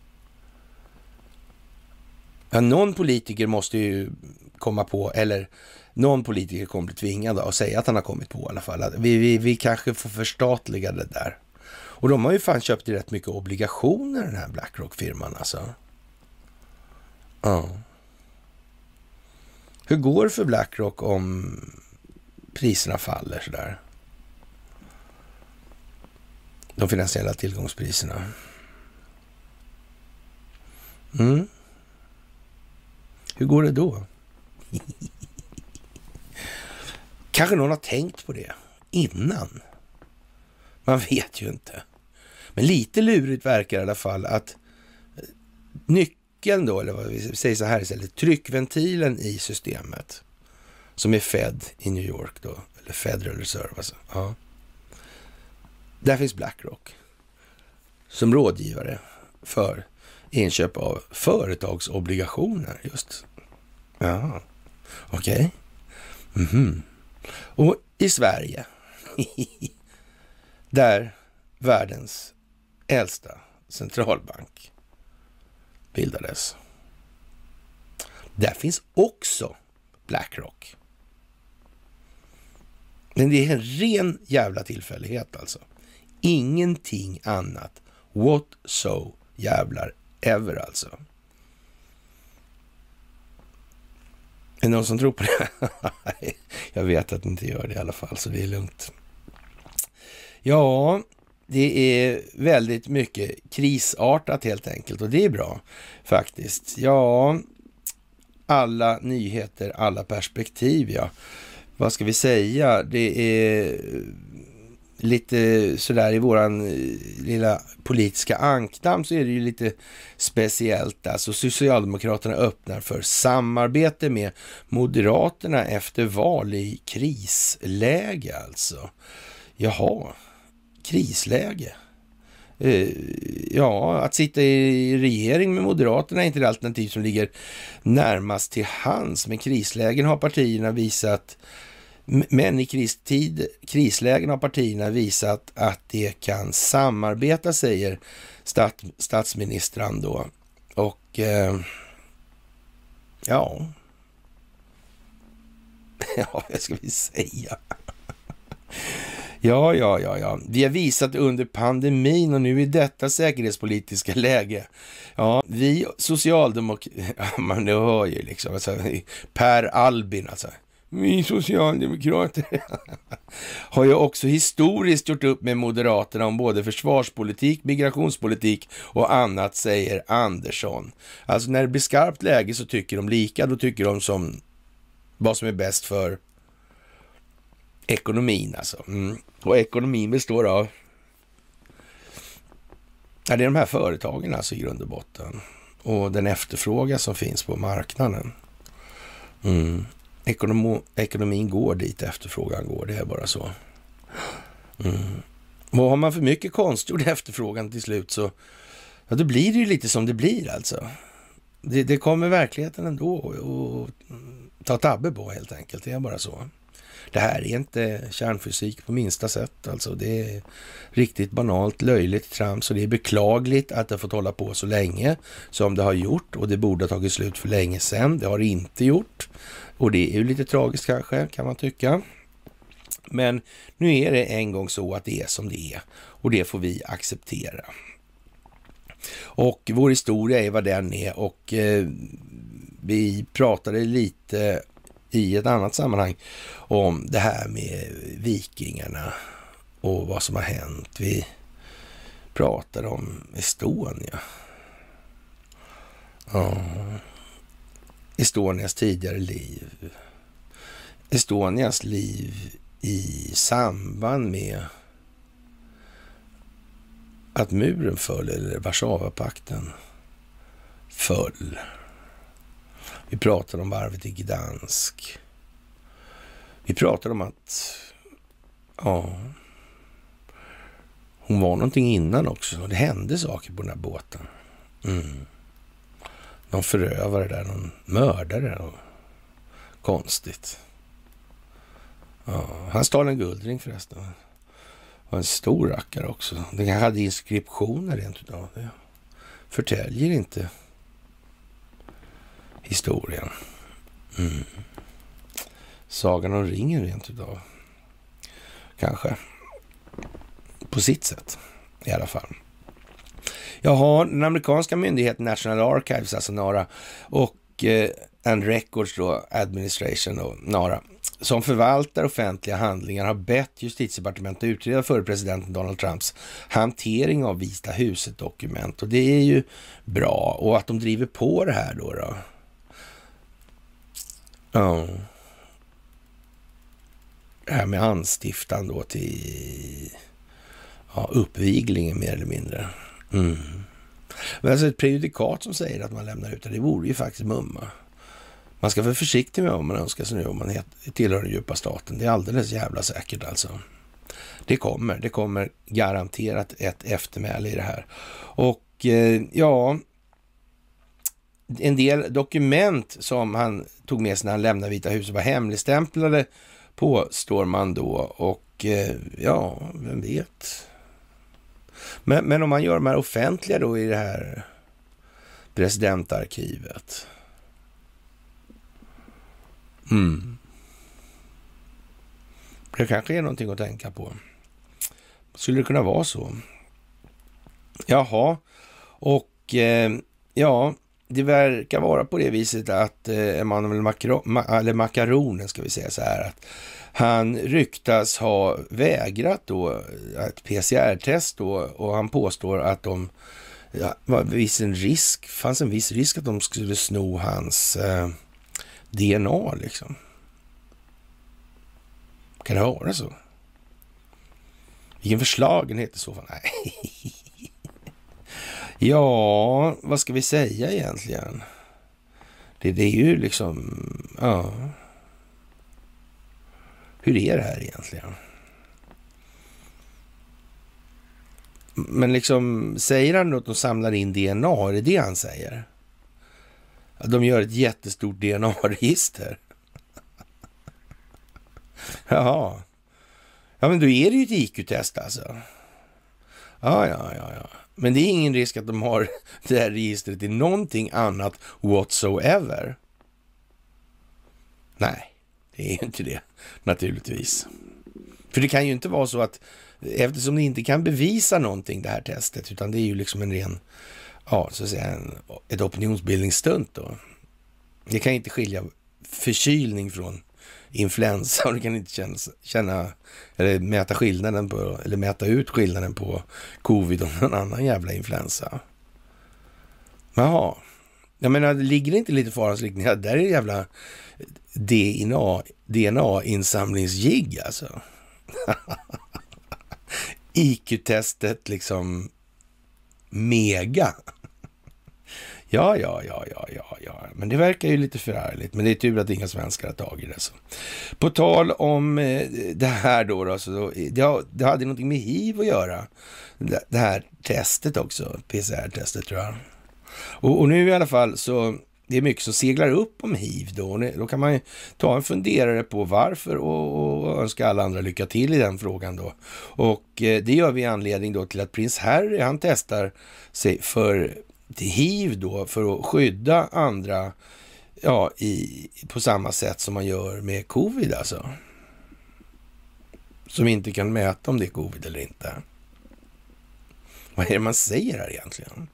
Ja, någon politiker måste ju komma på, eller någon politiker kommer bli tvingad att säga att han har kommit på i alla fall. Vi, vi, vi kanske får förstatliga det där. Och de har ju fan köpt rätt mycket obligationer, den här BlackRock-firman alltså. Ja. Hur går det för BlackRock om priserna faller sådär? De finansiella tillgångspriserna. Mm. Hur går det då? Kanske någon har tänkt på det innan. Man vet ju inte. Men lite lurigt verkar i alla fall att nyckeln då, eller vad vi säger så här istället, tryckventilen i systemet som är Fed i New York då, eller Federal Reserve alltså. Ja. Där finns BlackRock som rådgivare för inköp av företagsobligationer just. Ja, okej. Okay. Mm-hmm. Och i Sverige, där världens äldsta centralbank bildades, där finns också BlackRock. Men det är en ren jävla tillfällighet alltså. Ingenting annat. What so jävlar ever alltså. Är det någon som tror på det? Jag vet att ni inte gör det i alla fall, så det är lugnt. Ja, det är väldigt mycket krisartat helt enkelt, och det är bra faktiskt. Ja, alla nyheter, alla perspektiv, ja. Vad ska vi säga? Det är lite sådär i våran lilla politiska ankdamm så är det ju lite speciellt. Alltså Socialdemokraterna öppnar för samarbete med Moderaterna efter val i krisläge alltså. Jaha, krisläge. Uh, ja, att sitta i regering med Moderaterna är inte det alternativ som ligger närmast till hands. Men krislägen har partierna visat Men i kristid, krislägen har partierna visat att det kan samarbeta, säger stat, statsministern då. Och eh, ja, ja, vad ska vi säga? Ja, ja, ja, ja. Vi har visat under pandemin och nu i detta säkerhetspolitiska läge. Ja, vi socialdemokrater, man hör ju liksom, alltså, Per Albin alltså. Vi socialdemokrater har ju också historiskt gjort upp med Moderaterna om både försvarspolitik, migrationspolitik och annat, säger Andersson. Alltså när det blir skarpt läge så tycker de lika, då tycker de som vad som är bäst för ekonomin alltså. Mm. Och ekonomin består av ja, det är de här företagen alltså i grund och botten. Och den efterfrågan som finns på marknaden. Mm. Ekonom, ekonomin går dit efterfrågan går, det är bara så. Mm. Och har man för mycket konstgjord efterfrågan till slut så ja, då blir det ju lite som det blir alltså. Det, det kommer verkligheten ändå och ta tabbe på helt enkelt, det är bara så. Det här är inte kärnfysik på minsta sätt. Alltså det är riktigt banalt, löjligt trams och det är beklagligt att det har fått hålla på så länge som det har gjort och det borde ha tagit slut för länge sedan. Det har det inte gjort och det är ju lite tragiskt kanske, kan man tycka. Men nu är det en gång så att det är som det är och det får vi acceptera. Och vår historia är vad den är och eh, vi pratade lite i ett annat sammanhang om det här med vikingarna och vad som har hänt. Vi pratade om Estonia. Ja. Estonias tidigare liv. Estonias liv i samband med att muren föll eller Warszawapakten föll. Vi pratade om varvet i Gdansk. Vi pratade om att ja, hon var någonting innan också. Det hände saker på den här båten. Mm. Någon förövare där, någon mördare. Och konstigt. Ja, han stal en guldring förresten. Och en stor rackare också. Den hade inskriptioner rent utav det. Förtäljer inte historien. Mm. Sagan om ringen rent utav. Kanske. På sitt sätt. I alla fall. Jaha, den amerikanska myndigheten National Archives, alltså NARA, och eh, and Records då, Administration och NARA, som förvaltar offentliga handlingar har bett justitiedepartementet utreda före presidenten Donald Trumps hantering av Vita huset dokument. Och det är ju bra. Och att de driver på det här då då. Ja. Det här med anstiftan då till ja, uppviglingen mer eller mindre. Mm. Men alltså ett prejudikat som säger att man lämnar ut det, det vore ju faktiskt mumma. Man ska vara försiktig med vad man önskar sig nu om man tillhör den djupa staten. Det är alldeles jävla säkert alltså. Det kommer, det kommer garanterat ett eftermäle i det här. Och eh, ja, en del dokument som han tog med sig när han lämnade Vita huset var hemligstämplade, påstår man då. Och eh, ja, vem vet. Men, men om man gör de här offentliga då i det här presidentarkivet. Mm. Det kanske är någonting att tänka på. Skulle det kunna vara så? Jaha. Och eh, ja, det verkar vara på det viset att eh, Emmanuel Macron, eller Macaronen ska vi säga så här, att han ryktas ha vägrat då ett P C R-test då, och han påstår att de ja, var viss en risk, fanns en viss risk att de skulle sno hans eh, D N A liksom. Kan det vara så? Vilken förslagenhet i så fall. Nej. Ja, vad ska vi säga egentligen? Det, det är ju liksom, ja. Hur är det här egentligen? Men liksom, säger han att de samlar in D N A? Är det det han säger? Att de gör ett jättestort D N A-register? Jaha. Ja, men då är det ju ett I Q-test alltså. Ja, ja, ja, ja. Men det är ingen risk att de har det här registret i någonting annat whatsoever. Nej, det är ju inte det, naturligtvis. För det kan ju inte vara så att, eftersom det inte kan bevisa någonting det här testet, utan det är ju liksom en ren, ja, så att säga, en, ett opinionsbildningsstunt då. Det kan inte skilja förkylning från influensa, och du kan inte känna, känna eller mäta skillnaden på, eller mäta ut skillnaden på covid och någon annan jävla influensa. Jaha. Jag menar, det ligger inte lite farans riktning. Ja, där är det jävla D N A, D N A-insamlingsjigg alltså. I Q-testet liksom mega. Ja, ja, ja, ja, ja, ja. Men det verkar ju lite förärligt. Men det är tur att inga svenskar har tagit det. Så. På tal om eh, det här då, då så det, det hade någonting med H I V att göra. Det, det här testet också, P C R-testet tror jag. Och, och nu i alla fall så, det är mycket som seglar upp om H I V då. Då kan man ju ta en funderare på varför och, och önska alla andra lycka till i den frågan då. Och eh, det gör vi i anledning då till att prins Harry, han testar sig för till H I V då för att skydda andra, ja, i, på samma sätt som man gör med covid alltså. Som inte kan mäta om det är covid eller inte. Vad är det man säger här egentligen?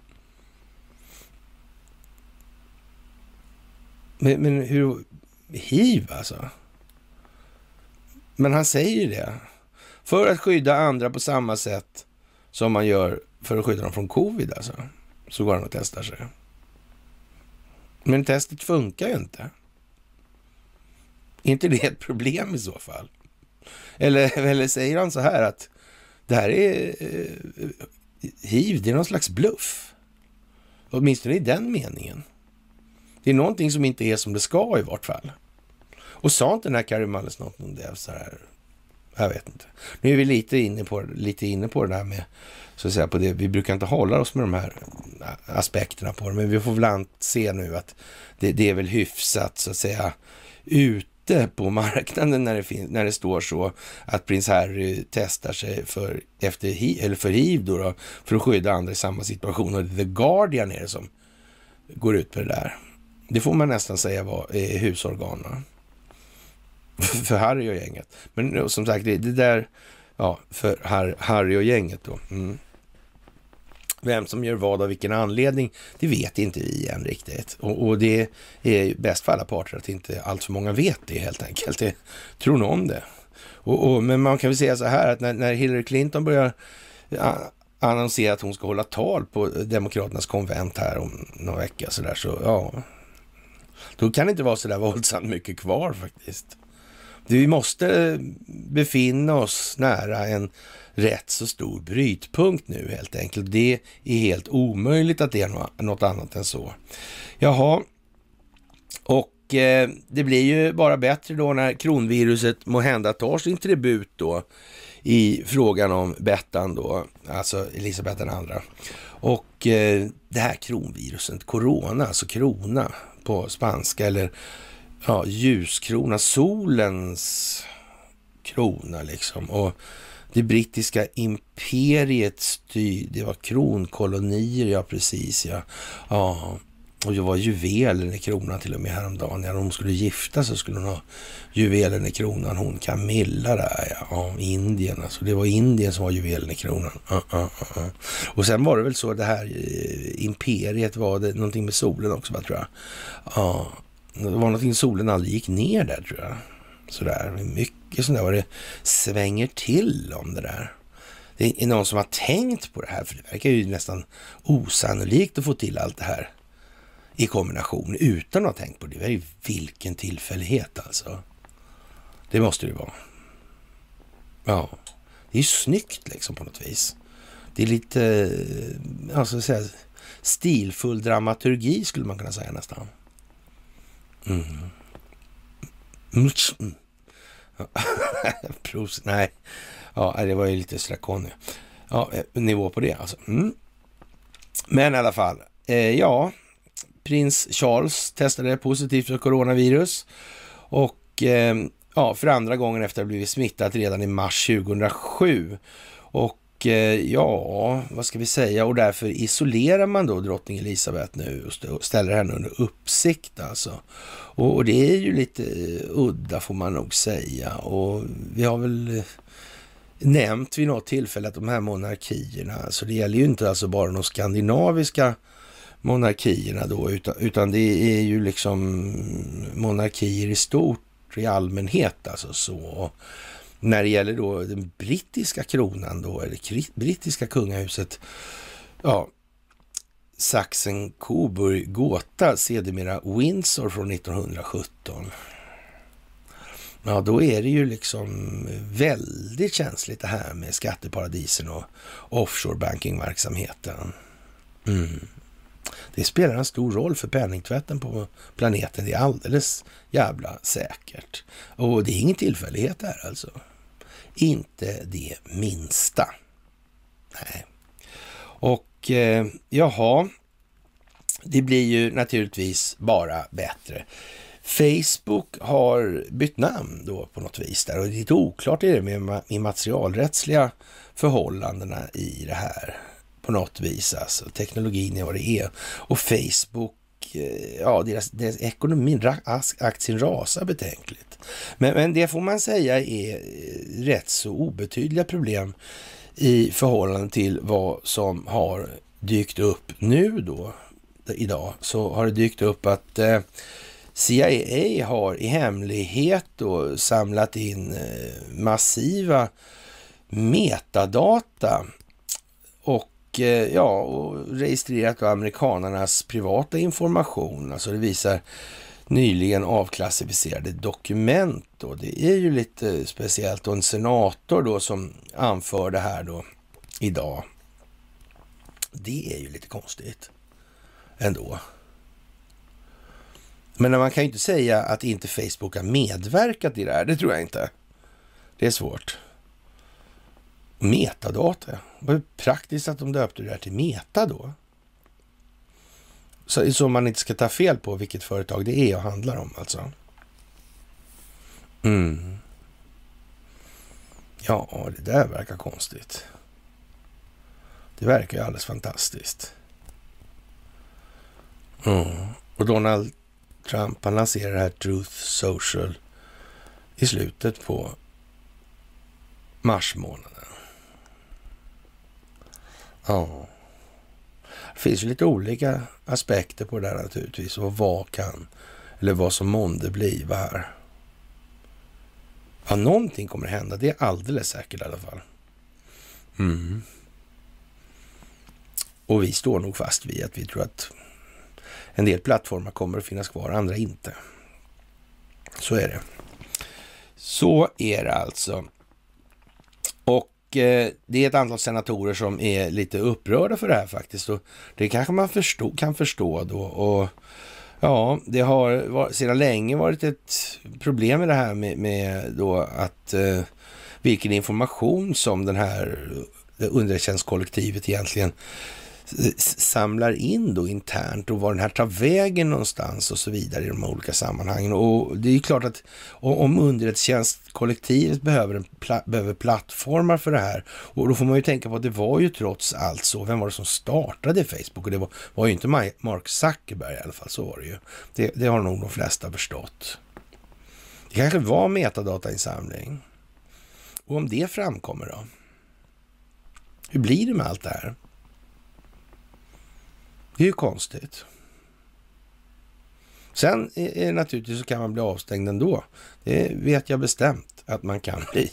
Men, men hur, H I V alltså? Men han säger ju det. För att skydda andra på samma sätt som man gör för att skydda dem från covid alltså. Så går han och testar sig. Men testet funkar ju inte. Är inte det ett problem i så fall? Eller, eller säger han så här att det här är eh, H I V, det är någon slags bluff. Åtminstone i den meningen. Det är någonting som inte är som det ska i vart fall. Och sa inte den här Kari Mullis något om det så här? Jag vet inte. Nu är vi lite inne på, lite inne på det där med, så att säga, på det. Vi brukar inte hålla oss med de här aspekterna på det, men vi får väl se nu att det, det är väl hyfsat, så att säga, ute på marknaden när det, fin- när det står så att prins Harry testar sig för, efter H- eller för H I V då, då, för att skydda andra i samma situation. Och The Guardian är det som går ut på det där. Det får man nästan säga var eh, husorgan, va? För Harry och gänget. Men som sagt, det, det där, ja, för Harry, Harry och gänget då. Mm. Vem som gör vad av vilken anledning, det vet inte vi än riktigt. Och, och det är bäst för alla parter att inte allt för många vet det helt enkelt. Det, tror någon det. Och, och, men man kan väl säga så här att när, när Hillary Clinton börjar ja, annonsera att hon ska hålla tal på Demokraternas konvent här om några veckor så där, så ja, då kan det inte vara så där våldsamt mycket kvar faktiskt. Vi måste befinna oss nära en rätt så stor brytpunkt nu helt enkelt. Det är helt omöjligt att det är något annat än så. Jaha, och eh, det blir ju bara bättre då när kronviruset måhända tar sin tribut då i frågan om Bettan då, alltså Elisabeth den andra. Och eh, det här kronviruset, corona, alltså krona på spanska, eller ja, ljuskrona, solens krona liksom. Och det brittiska imperiet styr, det var kronkolonier, ja precis, ja. Ja, och det var juvelen i kronan till och med häromdagen. När hon skulle gifta så skulle hon ha juvelen i kronan, hon Camilla där, ja, ja, Indien, alltså det var Indien som var juvelen i kronan. Uh, uh, uh, uh. Och sen var det väl så, det här eh, imperiet var det någonting med solen också, va, tror jag. Ja. Det var någonting, solen aldrig gick ner där tror jag. Sådär, mycket sådär vad det svänger till om det där. Det är någon som har tänkt på det här, för det verkar ju nästan osannolikt att få till allt det här i kombination utan att ha tänkt på det. Det är ju vilken tillfällighet alltså. Det måste det vara. Ja, Det är ju snyggt liksom på något vis. Det är lite, alltså säga, stilfull dramaturgi skulle man kunna säga nästan. Mm. Mm. Pros, nej. Ja, det var ju lite strakon. Ja, nivå på det alltså. Mm. Men i alla fall, eh, ja, prins Charles testade positivt för coronavirus och eh, ja, för andra gången efter att ha blivit smittat redan i mars tjugohundrasju. Och eh, ja, vad ska vi säga? Och därför isolerar man då drottning Elisabeth nu och ställer henne under uppsikt alltså. Och, och det är ju lite udda får man nog säga. Och vi har väl nämnt vid något tillfälle att de här monarkierna, alltså det gäller ju inte alltså bara de skandinaviska monarkierna då, utan, utan det är ju liksom monarkier i stort i allmänhet alltså så. När det gäller då den brittiska kronan då, eller brittiska kungahuset, ja, Sachsen-Coburg-Gotha, sedermera Windsor från nittonhundrasjutton. Ja, då är det ju liksom väldigt känsligt det här med skatteparadisen och offshore banking-verksamheten. Mm. Det spelar en stor roll för penningtvätten på planeten. Det är alldeles jävla säkert. Och det är ingen tillfällighet här alltså. Inte det minsta. Nej. Och eh, jaha, det blir ju naturligtvis bara bättre. Facebook har bytt namn då på något vis där. Och det är lite oklart är det med immaterialrättsliga förhållandena i det här. På något vis alltså. Teknologin är vad det är. Och Facebook, ja deras, deras ekonomin, aktien rasar betänkligt. Men, men det får man säga är rätt så obetydliga problem i förhållande till vad som har dykt upp nu då. Idag så har det dykt upp att eh, C I A har i hemlighet då samlat in eh, massiva metadata och ja, och registrerat amerikanernas privata information. Alltså det visar nyligen avklassificerade dokument då. Det är ju lite speciellt och en senator då som anför det här då idag. Det är ju lite konstigt ändå. Men man kan ju inte säga att inte Facebook har medverkat i det här. Det tror jag inte. Det är svårt. Metadata. Det var praktiskt att de döpte det här till meta då. Så, så man inte ska ta fel på vilket företag det är och handlar om alltså. Mm. Ja, det där verkar konstigt. Det verkar ju alldeles fantastiskt. Mm. Och Donald Trump han lanserar det här Truth Social i slutet på mars månaden. Ja. Det finns ju lite olika aspekter på det här naturligtvis. Och vad kan, eller vad som månde bliva här. Ja, någonting kommer hända. Det är alldeles säkert i alla fall. Mm. Och vi står nog fast vid att vi tror att en del plattformar kommer att finnas kvar, andra inte. Så är det. Så är det alltså. Och det är ett antal senatorer som är lite upprörda för det här faktiskt. Och det kanske man förstå, kan förstå då. Och ja, det har var, sedan länge varit ett problem med det här med, med då att eh, vilken information som den här underrättelsetjänstkollektivet egentligen samlar in då internt och var den här tar vägen någonstans och så vidare i de olika sammanhangen. Och det är ju klart att om underrättelsetjänstkollektivet behöver, en pla- behöver plattformar för det här, och då får man ju tänka på att det var ju trots allt så, vem var det som startade Facebook? Och det var, var ju inte Mark Zuckerberg i alla fall, så var det ju. Det, det har nog de flesta förstått. Det kanske var metadatainsamling. Och om det framkommer då? Hur blir det med allt det här? Det är ju konstigt. Sen är, är naturligtvis så kan man bli avstängd ändå. Det vet jag bestämt att man kan bli.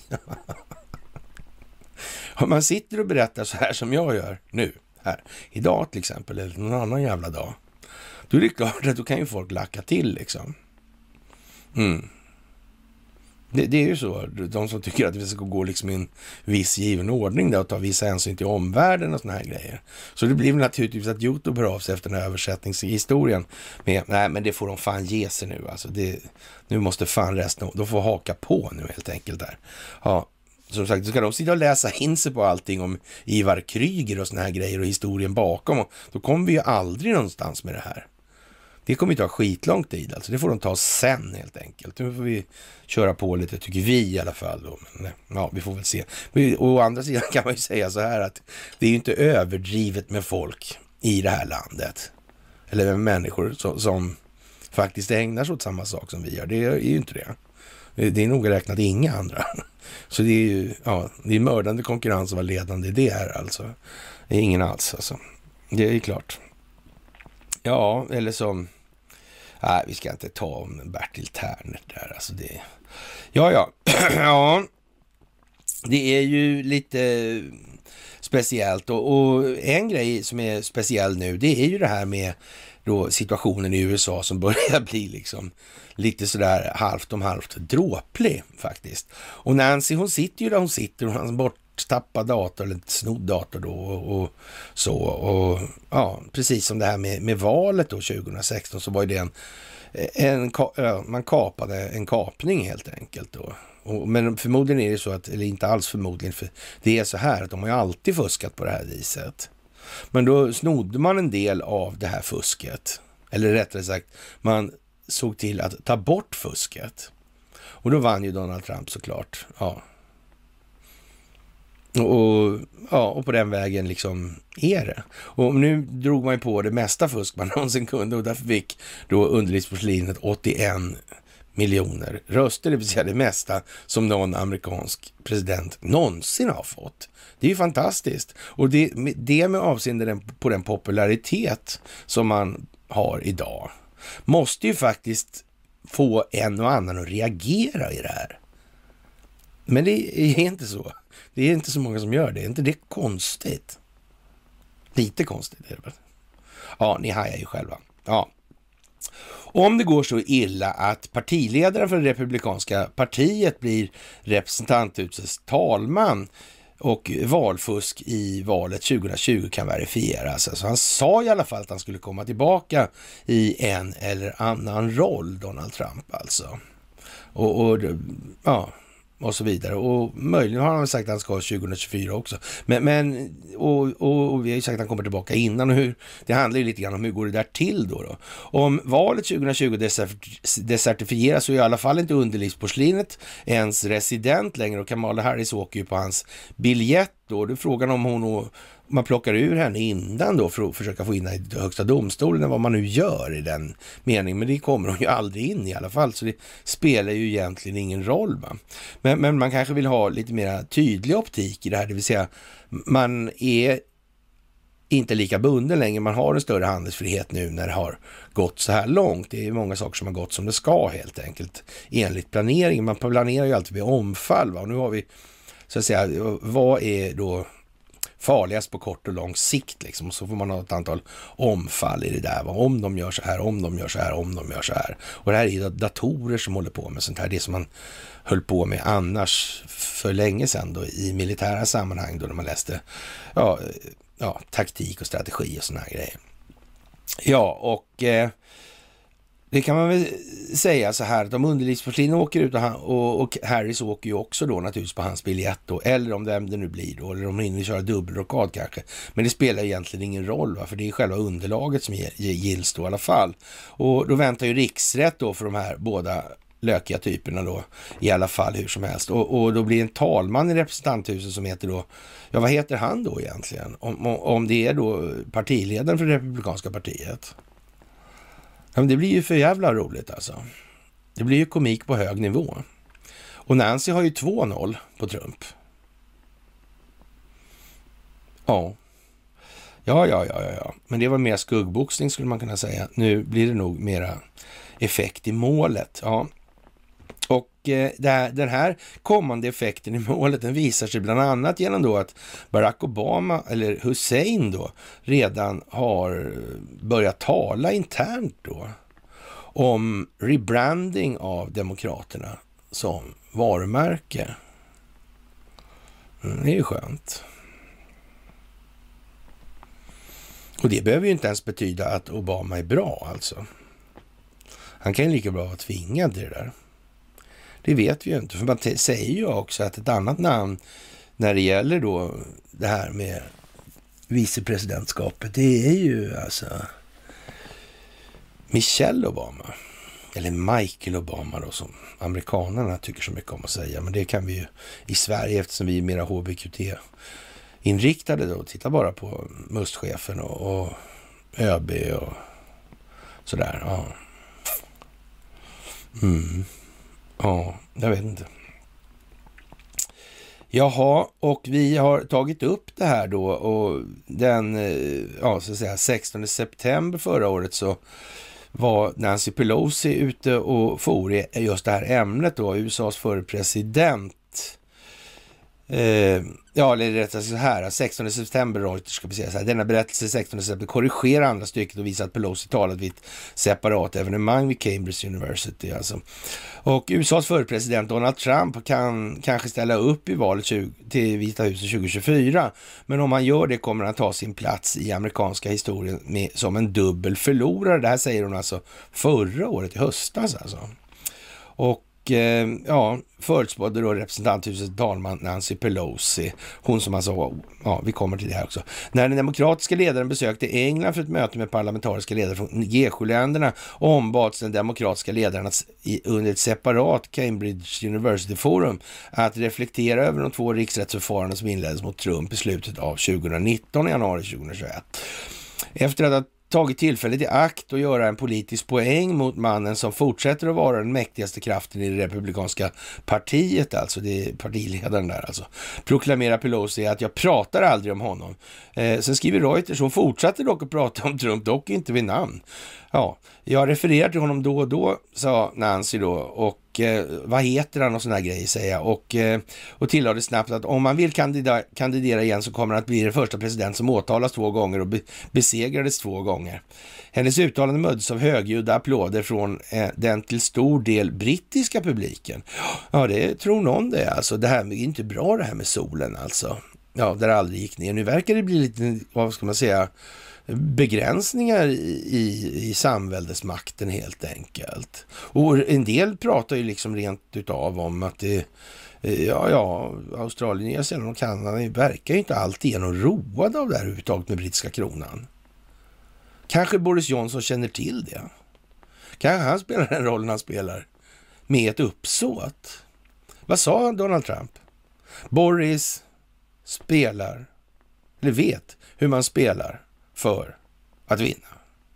Om man sitter och berättar så här som jag gör nu, här, idag till exempel, eller någon annan jävla dag, då är det klart att då kan ju folk lacka till liksom. Mm. Det, det är ju så, de som tycker att vi ska gå liksom i en viss given ordning där och ta vissa hänsyn till omvärlden och såna här grejer. Så det blir naturligtvis att YouTube hör av sig efter den här översättningshistorien med, nej men det får de fan ge sig nu alltså. Det, nu måste fan resten, de får haka på nu helt enkelt där. Ja, som sagt, ska de sitta och läsa in sig på allting om Ivar Kryger och såna här grejer och historien bakom, och då kommer vi ju aldrig någonstans med det här. Det kommer inte ha skitlång tid, alltså det får de ta sen helt enkelt. Nu får vi köra på lite, tycker vi i alla fall då. Men ja, vi får väl se. Och å andra sidan kan man ju säga så här att det är ju inte överdrivet med folk i det här landet. Eller med människor som, som faktiskt ägnar sig åt samma sak som vi gör. Det är ju inte det. Det är nog räknat inga andra. Så det är ju, ja, det är mördande konkurrens som var ledande i det här alltså. Det är ingen alls alltså. Det är ju klart. Ja, eller som... Nej, vi ska inte ta om Bertil Tärner där. Alltså det... Ja, ja. Ja, det är ju lite speciellt. Och, och en grej som är speciell nu, det är ju det här med då situationen i U S A som börjar bli liksom lite sådär halvt om halvt dråplig faktiskt. Och Nancy, hon sitter ju där hon sitter. Hon har en borttappad dator eller snodd dator då och, och så. Och ja, precis som det här med, med valet då tjugohundrasexton så var ju det en, en man kapade en kapning helt enkelt då. Och, men förmodligen är det så att, eller inte alls förmodligen, för det är så här att de har ju alltid fuskat på det här viset. Men då snodde man en del av det här fusket. Eller rättare sagt, man såg till att ta bort fusket. Och då vann ju Donald Trump såklart. Ja. Och, ja, och på den vägen liksom är det. Och nu drog man ju på det mesta fusk man någonsin kunde. Och därför fick då underlivsporslinet åttioen miljoner röster. Det vill säga det mesta som någon amerikansk president någonsin har fått. Det är ju fantastiskt. Och det, det med avseende på den popularitet som man har idag måste ju faktiskt få en och annan att reagera i det här. Men det är inte så. Det är inte så många som gör det. Är inte det konstigt? Lite konstigt är det väl? Ja, ni hajar ju själva. Ja. Om det går så illa att partiledaren för det republikanska partiet blir representanthusets talman och valfusk i valet tjugohundratjugo kan verifieras. Alltså han sa i alla fall att han skulle komma tillbaka i en eller annan roll, Donald Trump alltså. Och, och ja... och så vidare. Och möjligen har han sagt att han ska tjugohundratjugofyra också. Men, men och, och, och vi har ju sagt att han kommer tillbaka innan. Och hur, det handlar ju lite grann om hur går det där till då. då. Om valet tjugohundratjugo desertifieras så är i alla fall inte underlivsporslinet ens resident längre. Och Kamala Harris åker ju på hans biljett då. Det är frågan om hon och man plockar ur henne innan då för att försöka få in i högsta domstolen eller vad man nu gör i den meningen. Men det kommer hon ju aldrig in i alla fall, så det spelar ju egentligen ingen roll. Va? Men, men man kanske vill ha lite mer tydlig optik i det här, det vill säga man är inte lika bunden längre, man har en större handelsfrihet nu när det har gått så här långt. Det är många saker som har gått som det ska helt enkelt enligt planeringen. Man planerar ju alltid vid omfall, va? Och nu har vi så att säga, vad är då farligast på kort och lång sikt liksom. Så får man ha ett antal omfall i det där. Om de gör så här, om de gör så här, om de gör så här. Och det här är ju datorer som håller på med sånt här. Det som man höll på med annars för länge sedan då i militära sammanhang då när man läste ja, ja, taktik och strategi och såna här grejer. Ja, och eh, det kan man väl säga så här att om underlivsporslinen åker ut och, han, och, och Harris åker ju också då naturligtvis på hans biljett då, eller om vem det nu blir då, eller om de hinner köra dubbelrockad kanske. Men det spelar egentligen ingen roll, va? För det är själva underlaget som gills då i alla fall. Och då väntar ju riksrätt då för de här båda lökiga typerna då i alla fall hur som helst. Och, och då blir en talman i representanthuset som heter då, ja vad heter han då egentligen? Om, om, om det är då partiledaren för det republikanska partiet. Ja, men det blir ju för jävla roligt alltså. Det blir ju komik på hög nivå. Och Nancy har ju två noll på Trump. Ja. Ja, ja, ja, ja. Men det var mer skuggboxning skulle man kunna säga. Nu blir det nog mera effekt i målet. Ja. Och eh, här, den här kommande effekten i målet den visar sig bland annat genom då att Barack Obama eller Hussein då redan har börjat tala internt då om rebranding av demokraterna som varumärke. Mm, det är ju skönt. Och det behöver ju inte ens betyda att Obama är bra alltså. Han kan ju lika bra vara tvingad till det där. Det vet vi ju inte. För man t- säger ju också att ett annat namn när det gäller då det här med vicepresidentskapet, det är ju alltså Michelle Obama. Eller Michael Obama då, som amerikanerna tycker så mycket om att säga. Men det kan vi ju i Sverige, eftersom vi är mera H B Q T-inriktade då. Titta bara på mustchefen och, och ÖB och sådär. Ja. Mm. Ja, jag vet inte. Jaha, och vi har tagit upp det här då, och den, ja, så att säga, sextonde september förra året så var Nancy Pelosi ute och for i just det här ämnet då, U S A:s förre president. Eh, ja, eller rättare så här, sextonde september, Reuters ska vi säga så här, denna berättelse sextonde september korrigerar andra stycket och visar att Pelosi talat vid ett separat evenemang vid Cambridge University alltså. Och U S A:s förre president Donald Trump kan kanske ställa upp i valet tjugo, till Vita huset tjugo tjugofyra, men om han gör det kommer han ta sin plats i amerikanska historien med, som en dubbel förlorare. Det här säger hon alltså förra året i höstas alltså. Och ja, förutspådde då representanthusets talman Nancy Pelosi, hon som alltså, ja, vi kommer till det här också. När den demokratiska ledaren besökte England för ett möte med parlamentariska ledare från G sju-länderna ombads den demokratiska ledaren att, i, under ett separat Cambridge University Forum att reflektera över de två riksrättsförfaranden som inleddes mot Trump i slutet av tjugonitton, i januari tjugohundratjugoett. Efter att ha tagit tillfället i akt och göra en politisk poäng mot mannen som fortsätter att vara den mäktigaste kraften i det republikanska partiet, alltså det är partiledaren där alltså, proklamerar Pelosi att jag pratar aldrig om honom. Eh, sen skriver Reuters, hon fortsatte dock att prata om Trump, dock inte vid namn. Ja, jag refererar till honom då och då, sa Nancy då, och eh, vad heter han och såna här grejer, säger jag. Och, eh, och tillade snabbt att om man vill kandida, kandidera igen så kommer han att bli den första president som åtalas två gånger och be, besegrades två gånger. Hennes uttalande möttes av högljudda applåder från eh, den till stor del brittiska publiken. Ja, det tror någon det alltså. Det här är inte bra, det här med solen alltså. Ja, där aldrig gick ner. Nu verkar det bli lite, vad ska man säga, begränsningar i, i, i samväldesmakten helt enkelt. Och en del pratar ju liksom rent utav om att det, ja, ja, Australien, Nya Zeeland och Kanada verkar ju inte alltid någon road av det här överhuvudtaget med brittiska kronan. Kanske Boris Johnson känner till det. Kanske han spelar den rollen han spelar med ett uppsåt. Vad sa Donald Trump? Boris spelar, eller vet hur man spelar för att vinna.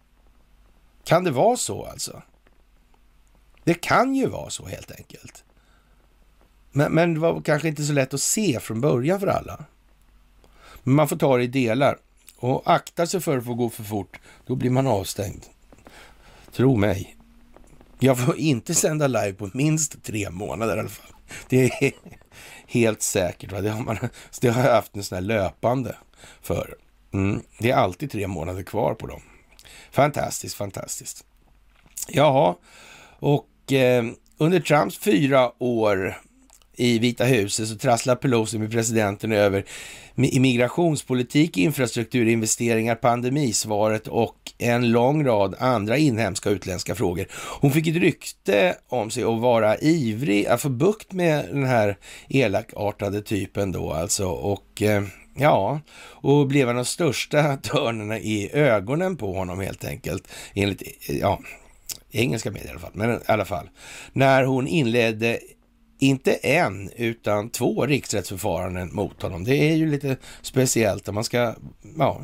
Kan det vara så alltså? Det kan ju vara så helt enkelt. Men, men det var kanske inte så lätt att se från början för alla. Men man får ta det i delar. Och akta sig för att få gå för fort. Då blir man avstängd. Tro mig. Jag får inte sända live på minst tre månader i alla fall. Det är helt säkert. Va? Det, har man, det har jag haft en sån här löpande för. Mm, det är alltid tre månader kvar på dem. Fantastiskt, fantastiskt. Jaha, och eh, under Trumps fyra år i Vita huset så trasslar Pelosi med presidenten över immigrationspolitik, infrastruktur, investeringar, pandemisvaret och en lång rad andra inhemska och utländska frågor. Hon fick ett rykte om sig att vara ivrig att få bukt med den här elakartade typen då alltså, och eh, ja, och blev en av de största törnerna i ögonen på honom helt enkelt, enligt, ja, engelska medier i alla fall, men i alla fall, när hon inledde inte en utan två riksrättsförfaranden mot honom. Det är ju lite speciellt om man ska, ja,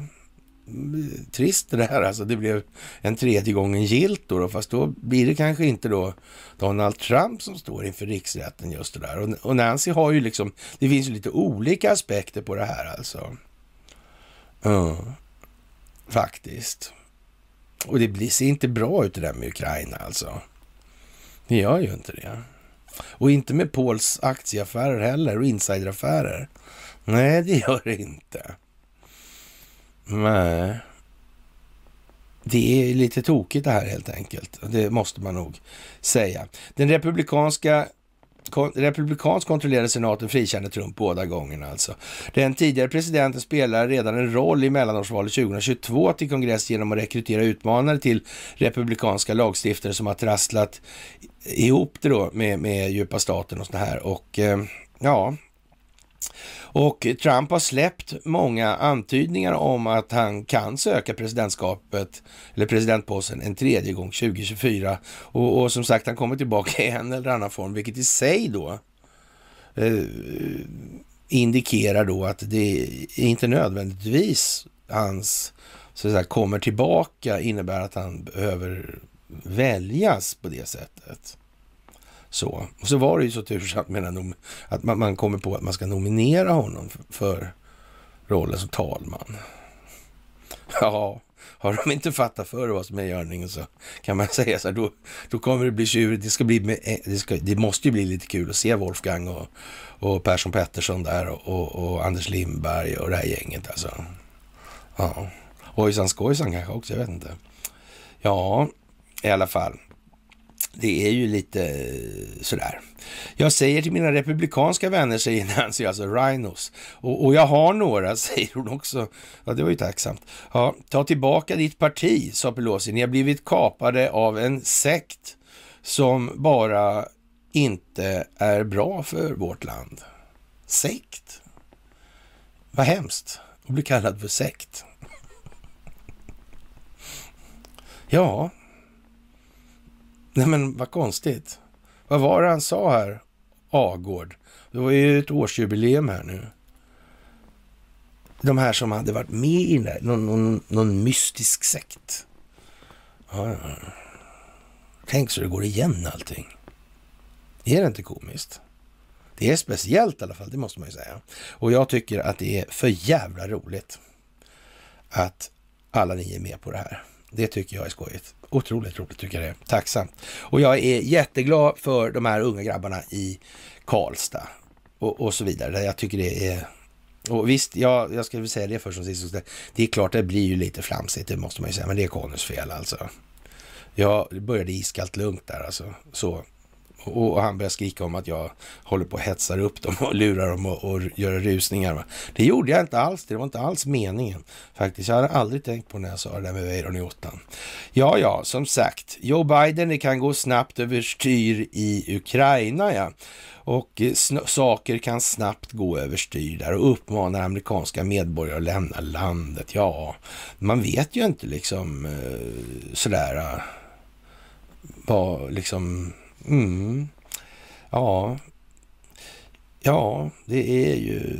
trist det här alltså. Det blev en tredje gången gilt då, fast då blir det kanske inte då Donald Trump som står inför riksrätten just det där. Och, och Nancy har ju liksom, det finns ju lite olika aspekter på det här alltså. Mm, faktiskt. Och det blir, ser inte bra ut det där med Ukraina alltså. Det gör ju inte det. Och inte med Pauls aktieaffärer heller och insideraffärer. Nej, det gör det inte. Nej. Det är lite tokigt det här helt enkelt. Det måste man nog säga. Den republikanska republikanskt kontrollerade senaten frikände Trump båda gångerna alltså. Den tidigare presidenten spelar redan en roll i mellanårsvalet tjugohundratjugotvå till kongress genom att rekrytera utmanare till republikanska lagstiftare som har trasslat ihop det då med, med djupa staten och sånt här. Och eh, ja... Och Trump har släppt många antydningar om att han kan söka presidentskapet eller presidentposten en tredje gång tjugo tjugofyra. Och, och som sagt, han kommer tillbaka i en eller annan form, vilket i sig då eh, indikerar då att det inte nödvändigtvis hans så att säga, kommer tillbaka innebär att han behöver väljas på det sättet. Så. Och så var det ju så tursamt med att man, man kommer på att man ska nominera honom för, för rollen som talman. Ja, har de inte fattat för vad som är görningen så kan man säga så här, då, då kommer det bli tjurigt. Det ska bli med, det, ska, det måste ju bli lite kul att se Wolfgang och, och Persson Pettersson där och, och, och Anders Lindberg och det här gänget alltså. Ja, Ojsan Skojsan kanske också, jag vet inte. Ja, i alla fall. Det är ju lite sådär. Jag säger till mina republikanska vänner, säger Nancy, alltså Rhinos. Och, och jag har några, säger hon också. Ja, det var ju tacksamt. Ja, ta tillbaka ditt parti, sa Pelosi. Ni har blivit kapade av en sekt som bara inte är bra för vårt land. Sekt? Vad hemskt att bli kallad för sekt. Ja... Nej men vad konstigt. Vad var det han sa här, Agård? Det var ju ett årsjubileum här nu. De här som hade varit med i där, någon, någon, någon mystisk sekt. Ja, ja. Tänk så det går igen allting. Är det inte komiskt? Det är speciellt i alla fall, det måste man ju säga. Och jag tycker att det är för jävla roligt att alla ni är med på det här. Det tycker jag är skojigt. Otroligt roligt tycker jag det är. Tacksamt. Och jag är jätteglad för de här unga grabbarna i Karlstad och, och så vidare. Jag tycker det är... Och visst, jag, jag ska väl säga det först som sist. Det är klart, det blir ju lite flamsigt, det måste man ju säga. Men det är konus fel alltså. Jag började iskallt lugnt där alltså. Så... Och han började skrika om att jag håller på att hetsar upp dem och lurar dem och, och gör rusningar. Va? Det gjorde jag inte alls. Det var inte alls meningen. Faktiskt, jag hade aldrig tänkt på när jag sa det där med Weiron i åttan. Ja, ja, som sagt. Joe Biden, det kan gå snabbt överstyr i Ukraina, ja. Och sn- saker kan snabbt gå överstyr där och uppmanar amerikanska medborgare att lämna landet. Ja, man vet ju inte liksom eh, sådär eh, vad liksom... Mm. Ja. Ja, det är ju...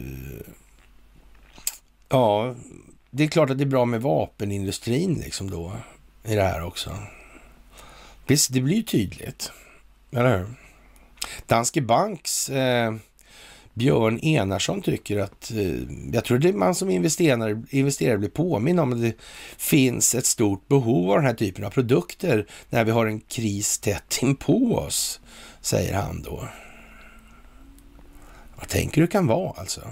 Ja, det är klart att det är bra med vapenindustrin liksom då i det här också. Visst, det blir ju tydligt. Eller hur? Danske Banks eh, Björn Enarsson tycker att eh, jag tror det är man som investerare, investerare blir påminn om att det finns ett stort behov av den här typen av produkter när vi har en kris tätt inpå oss, säger han då. Vad tänker du kan vara alltså?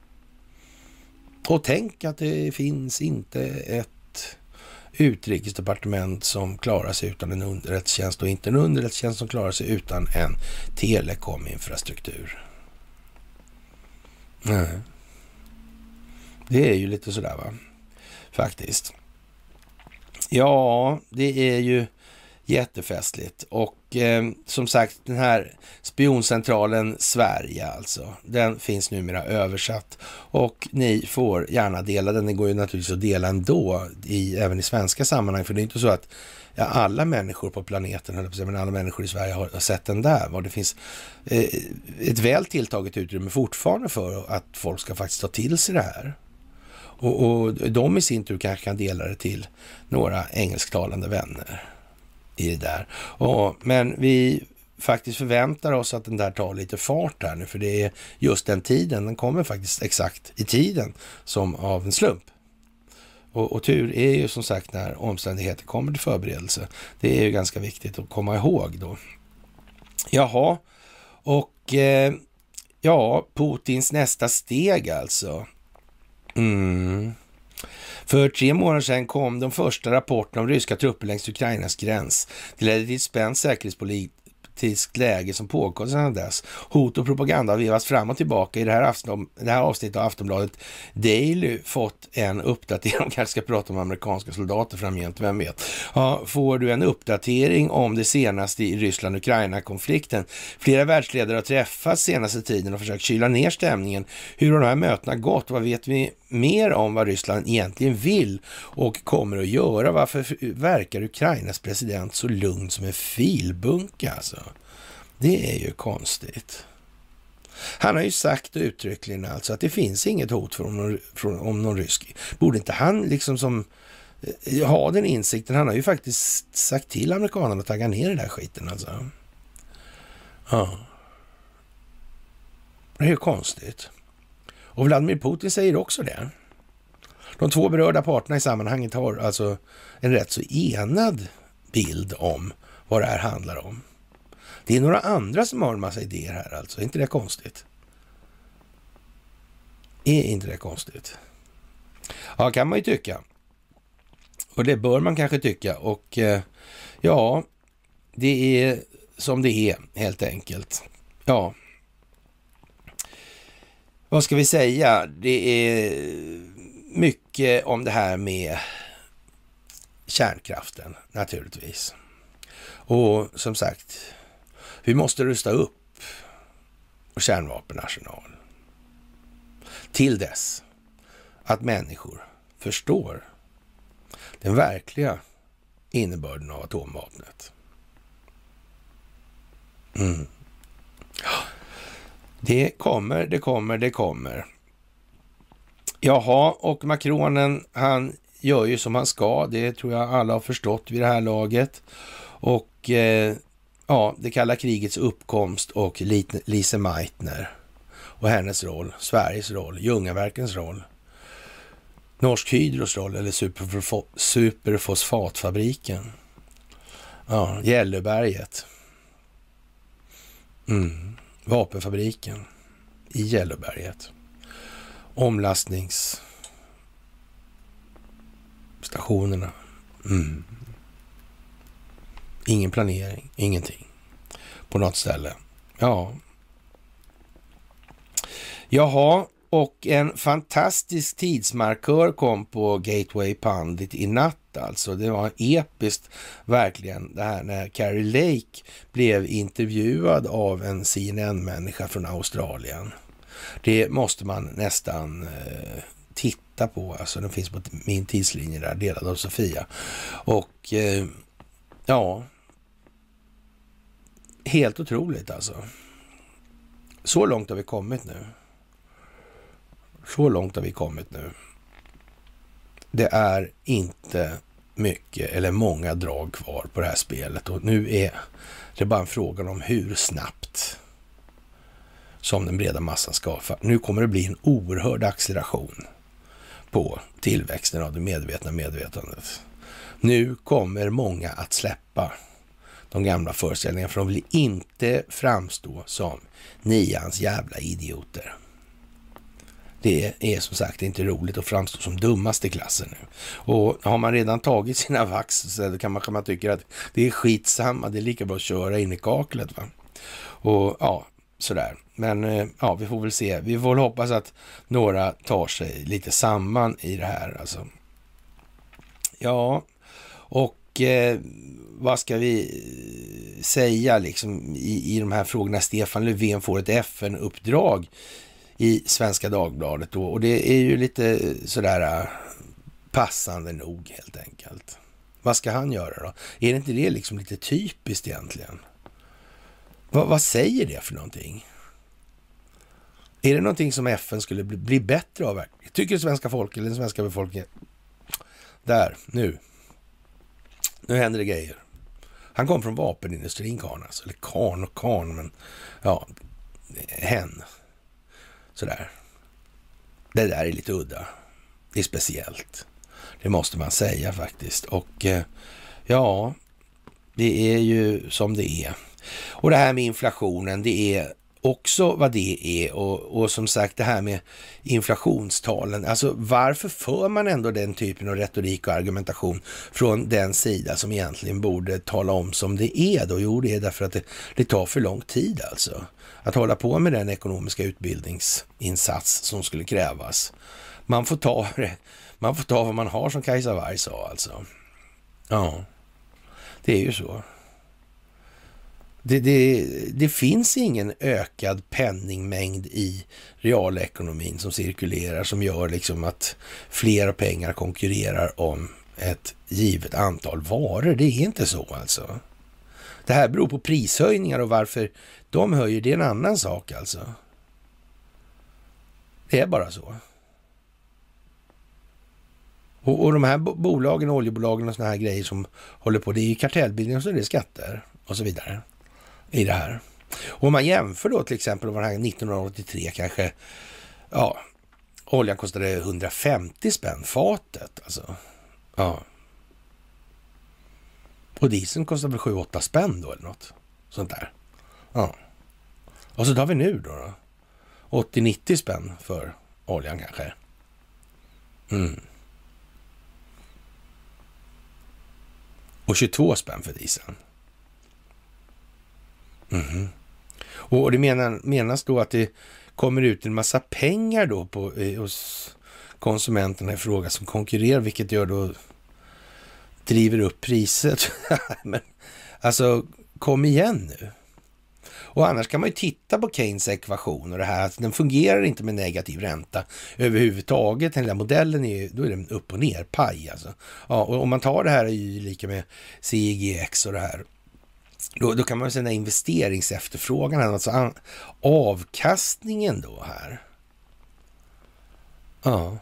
Och tänk att det finns inte ett utrikesdepartement som klarar sig utan en underrättelsetjänst och inte en underrättelsetjänst som klarar sig utan en telekominfrastruktur. Nej. Det är ju lite sådär va, faktiskt. Ja, det är ju jättefestligt. Och eh, som sagt, den här spioncentralen Sverige alltså, den finns numera översatt. Och ni får gärna dela den. Det går ju naturligtvis att dela ändå, i, även i svenska sammanhang. För det är inte så att ja, alla människor på planeten, men alla människor i Sverige har, har sett den där. Och det finns eh, ett väl tilltaget utrymme fortfarande för att folk ska faktiskt ta till sig det här. Och, och de i sin tur kanske kan dela det till några engelsktalande vänner i det där. Och, men vi faktiskt förväntar oss att den där tar lite fart där nu, för det är just den tiden, den kommer faktiskt exakt i tiden som av en slump. Och, och tur är ju som sagt när omständigheter kommer till förberedelse. Det är ju ganska viktigt att komma ihåg då. Jaha, och eh, ja, Putins nästa steg alltså. Mm. För tre månader sedan kom de första rapporterna om ryska trupper längs Ukrainas gräns. Det ledde till spänd säkerhetspolitik politiskt läge som pågår sedan dess. Hot och propaganda har vevats fram och tillbaka. I det här, avsnitt, det här avsnittet av Aftonbladet Daily fått en uppdatering. De kanske ska prata om amerikanska soldater framgent, vem vet. Ja, får du en uppdatering om det senaste i Ryssland-Ukraina-konflikten. Flera världsledare har träffats senaste tiden och försökt kyla ner stämningen. Hur har de här mötena gått? Vad vet vi mer om vad Ryssland egentligen vill och kommer att göra? Varför verkar Ukrainas president så lugn som en filbunke alltså? Det är ju konstigt. Han har ju sagt uttryckligen alltså att det finns inget hot från, från, om någon rysk. Borde inte han liksom som ha den insikten? Han har ju faktiskt sagt till amerikanerna att tagga ner den där skiten alltså. Ja. Det är ju konstigt. Och Vladimir Putin säger också det. De två berörda parterna i sammanhanget har alltså en rätt så enad bild om vad det här handlar om. Det är några andra som har en massa idéer här alltså. Är inte det konstigt? Är inte det konstigt? Ja, kan man ju tycka. Och det bör man kanske tycka. Och eh, ja, det är som det är helt enkelt. Ja. Vad ska vi säga? Det är mycket om det här med kärnkraften naturligtvis. Och som sagt, vi måste rusta upp vår kärnvapenarsenal till dess att människor förstår den verkliga innebörden av atomvapnet. Mm. Det kommer, det kommer, det kommer. Jaha, och Macronen, han gör ju som han ska. Det tror jag alla har förstått vid det här laget. Och eh, ja, det kalla krigets uppkomst och Lise Meitner och hennes roll, Sveriges roll, Ljungaverkens roll, Norsk Hydros roll eller superfos- superfosfatfabriken. Ja, Gällöberget. Mm. Vapenfabriken i Gällöberget. Omlastningsstationerna. Mm. Ingen planering, ingenting på något ställe. Ja. Jaha, och en fantastisk tidsmarkör kom på Gateway Pundit i natt alltså. Det var episkt verkligen det här när Carrie Lake blev intervjuad av en C N N-människa från Australien. Det måste man nästan eh, titta på. Alltså den finns på min tidslinje där, delad av Sofia. Och eh, ja, helt otroligt alltså. Så långt har vi kommit nu. Så långt har vi kommit nu. Det är inte mycket eller många drag kvar på det här spelet. Och nu är det bara en fråga om hur snabbt som den breda massan ska. Nu kommer det bli en oerhörd acceleration på tillväxten av det medvetna medvetandet. Nu kommer många att släppa de gamla föreställningarna, för de vill inte framstå som nians jävla idioter. Det är som sagt inte roligt att framstå som dummaste klassen nu. Och har man redan tagit sina vax så kan man, kan man tycka att det är skitsamma, det är lika bra att köra in i kaklet va. Och ja, sådär. Men ja, vi får väl se. Vi får väl hoppas att några tar sig lite samman i det här alltså. Ja, och eh, vad ska vi säga liksom i, i de här frågorna? Stefan Löfven får ett F N-uppdrag i Svenska Dagbladet då, och det är ju lite sådär passande nog helt enkelt. Vad ska han göra då? Är det inte det liksom lite typiskt egentligen? Va, vad säger det för någonting? Är det någonting som F N skulle bli, bli bättre av? Tycker det svenska folket eller den svenska befolkningen? Där, nu. Nu händer det grejer. Han kom från vapenindustrin, karn alltså. Eller karn och karn, men ja, hen. Sådär. Det där är lite udda. Det är speciellt. Det måste man säga faktiskt. Och eh, ja, det är ju som det är. Och det här med inflationen, det är också vad det är och, och som sagt det här med inflationstalen. Alltså varför för man ändå den typen av retorik och argumentation från den sida som egentligen borde tala om som det är då? Jo, det är därför att det, det tar för lång tid alltså. Att hålla på med den ekonomiska utbildningsinsats som skulle krävas. Man får ta det. Man får ta vad man har, som Kajsa Warg sa alltså. Ja, det är ju så. Det, det, det finns ingen ökad penningmängd i realekonomin som cirkulerar som gör liksom att fler pengar konkurrerar om ett givet antal varor. Det är inte så alltså. Det här beror på prishöjningar och varför de höjer, det är en annan sak alltså. Det är bara så. Och, och de här bolagen, oljebolagen och såna här grejer som håller på, det är ju kartellbildning och så är det skatter och så vidare i det här. Och om man jämför då till exempel med det här nittonhundraåttiotre kanske, ja, oljan kostade hundrafemtio spänn fatet alltså. Ja. Och dieseln kostar väl sju åtta spänn då eller något sånt där. Ja. Och så tar vi nu då, då åttio nittio spänn för oljan kanske. Mm. Och tjugotvå spänn för dieseln. Mm. Och det menar, menas då att det kommer ut en massa pengar då på, eh, hos konsumenterna i fråga som konkurrerar, vilket gör då driver upp priset. Men alltså, kom igen nu. Och annars kan man ju titta på Keynes ekvation och det här att den fungerar inte med negativ ränta överhuvudtaget. Den där modellen är ju, då är den upp och ner, paj alltså. Ja, och om man tar det här är ju lika med C I G X och det här. Då, då kan man ju säga investeringsefterfrågan, alltså an, avkastningen då här. Ja.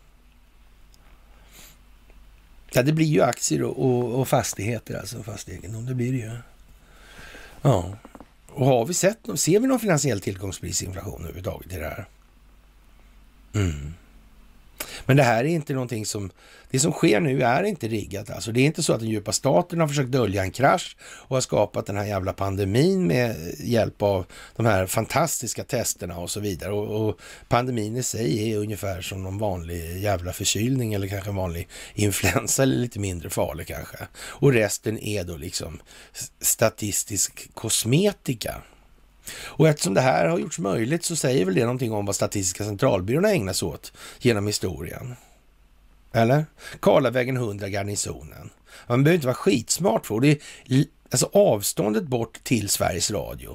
Ja, det blir ju aktier och, och, och fastigheter, alltså fastigheter, det blir det ju. Ja. Och har vi sett, ser vi någon finansiell tillgångsprisinflation överhuvudtaget i det här? Mm. Men det här är inte någonting som, det som sker nu är inte riggat. Alltså det är inte så att den djupa staten har försökt dölja en krasch och har skapat den här jävla pandemin med hjälp av de här fantastiska testerna och så vidare. Och, och pandemin i sig är ungefär som någon vanlig jävla förkylning eller kanske en vanlig influensa eller lite mindre farlig kanske. Och resten är då liksom statistisk kosmetika. Och eftersom det här har gjorts möjligt så säger väl det någonting om vad Statistiska centralbyrån ägnar sig åt genom historien. Eller? Karlavägen hundra garnisonen. Man behöver inte vara skitsmart för det. Är, alltså avståndet bort till Sveriges Radio.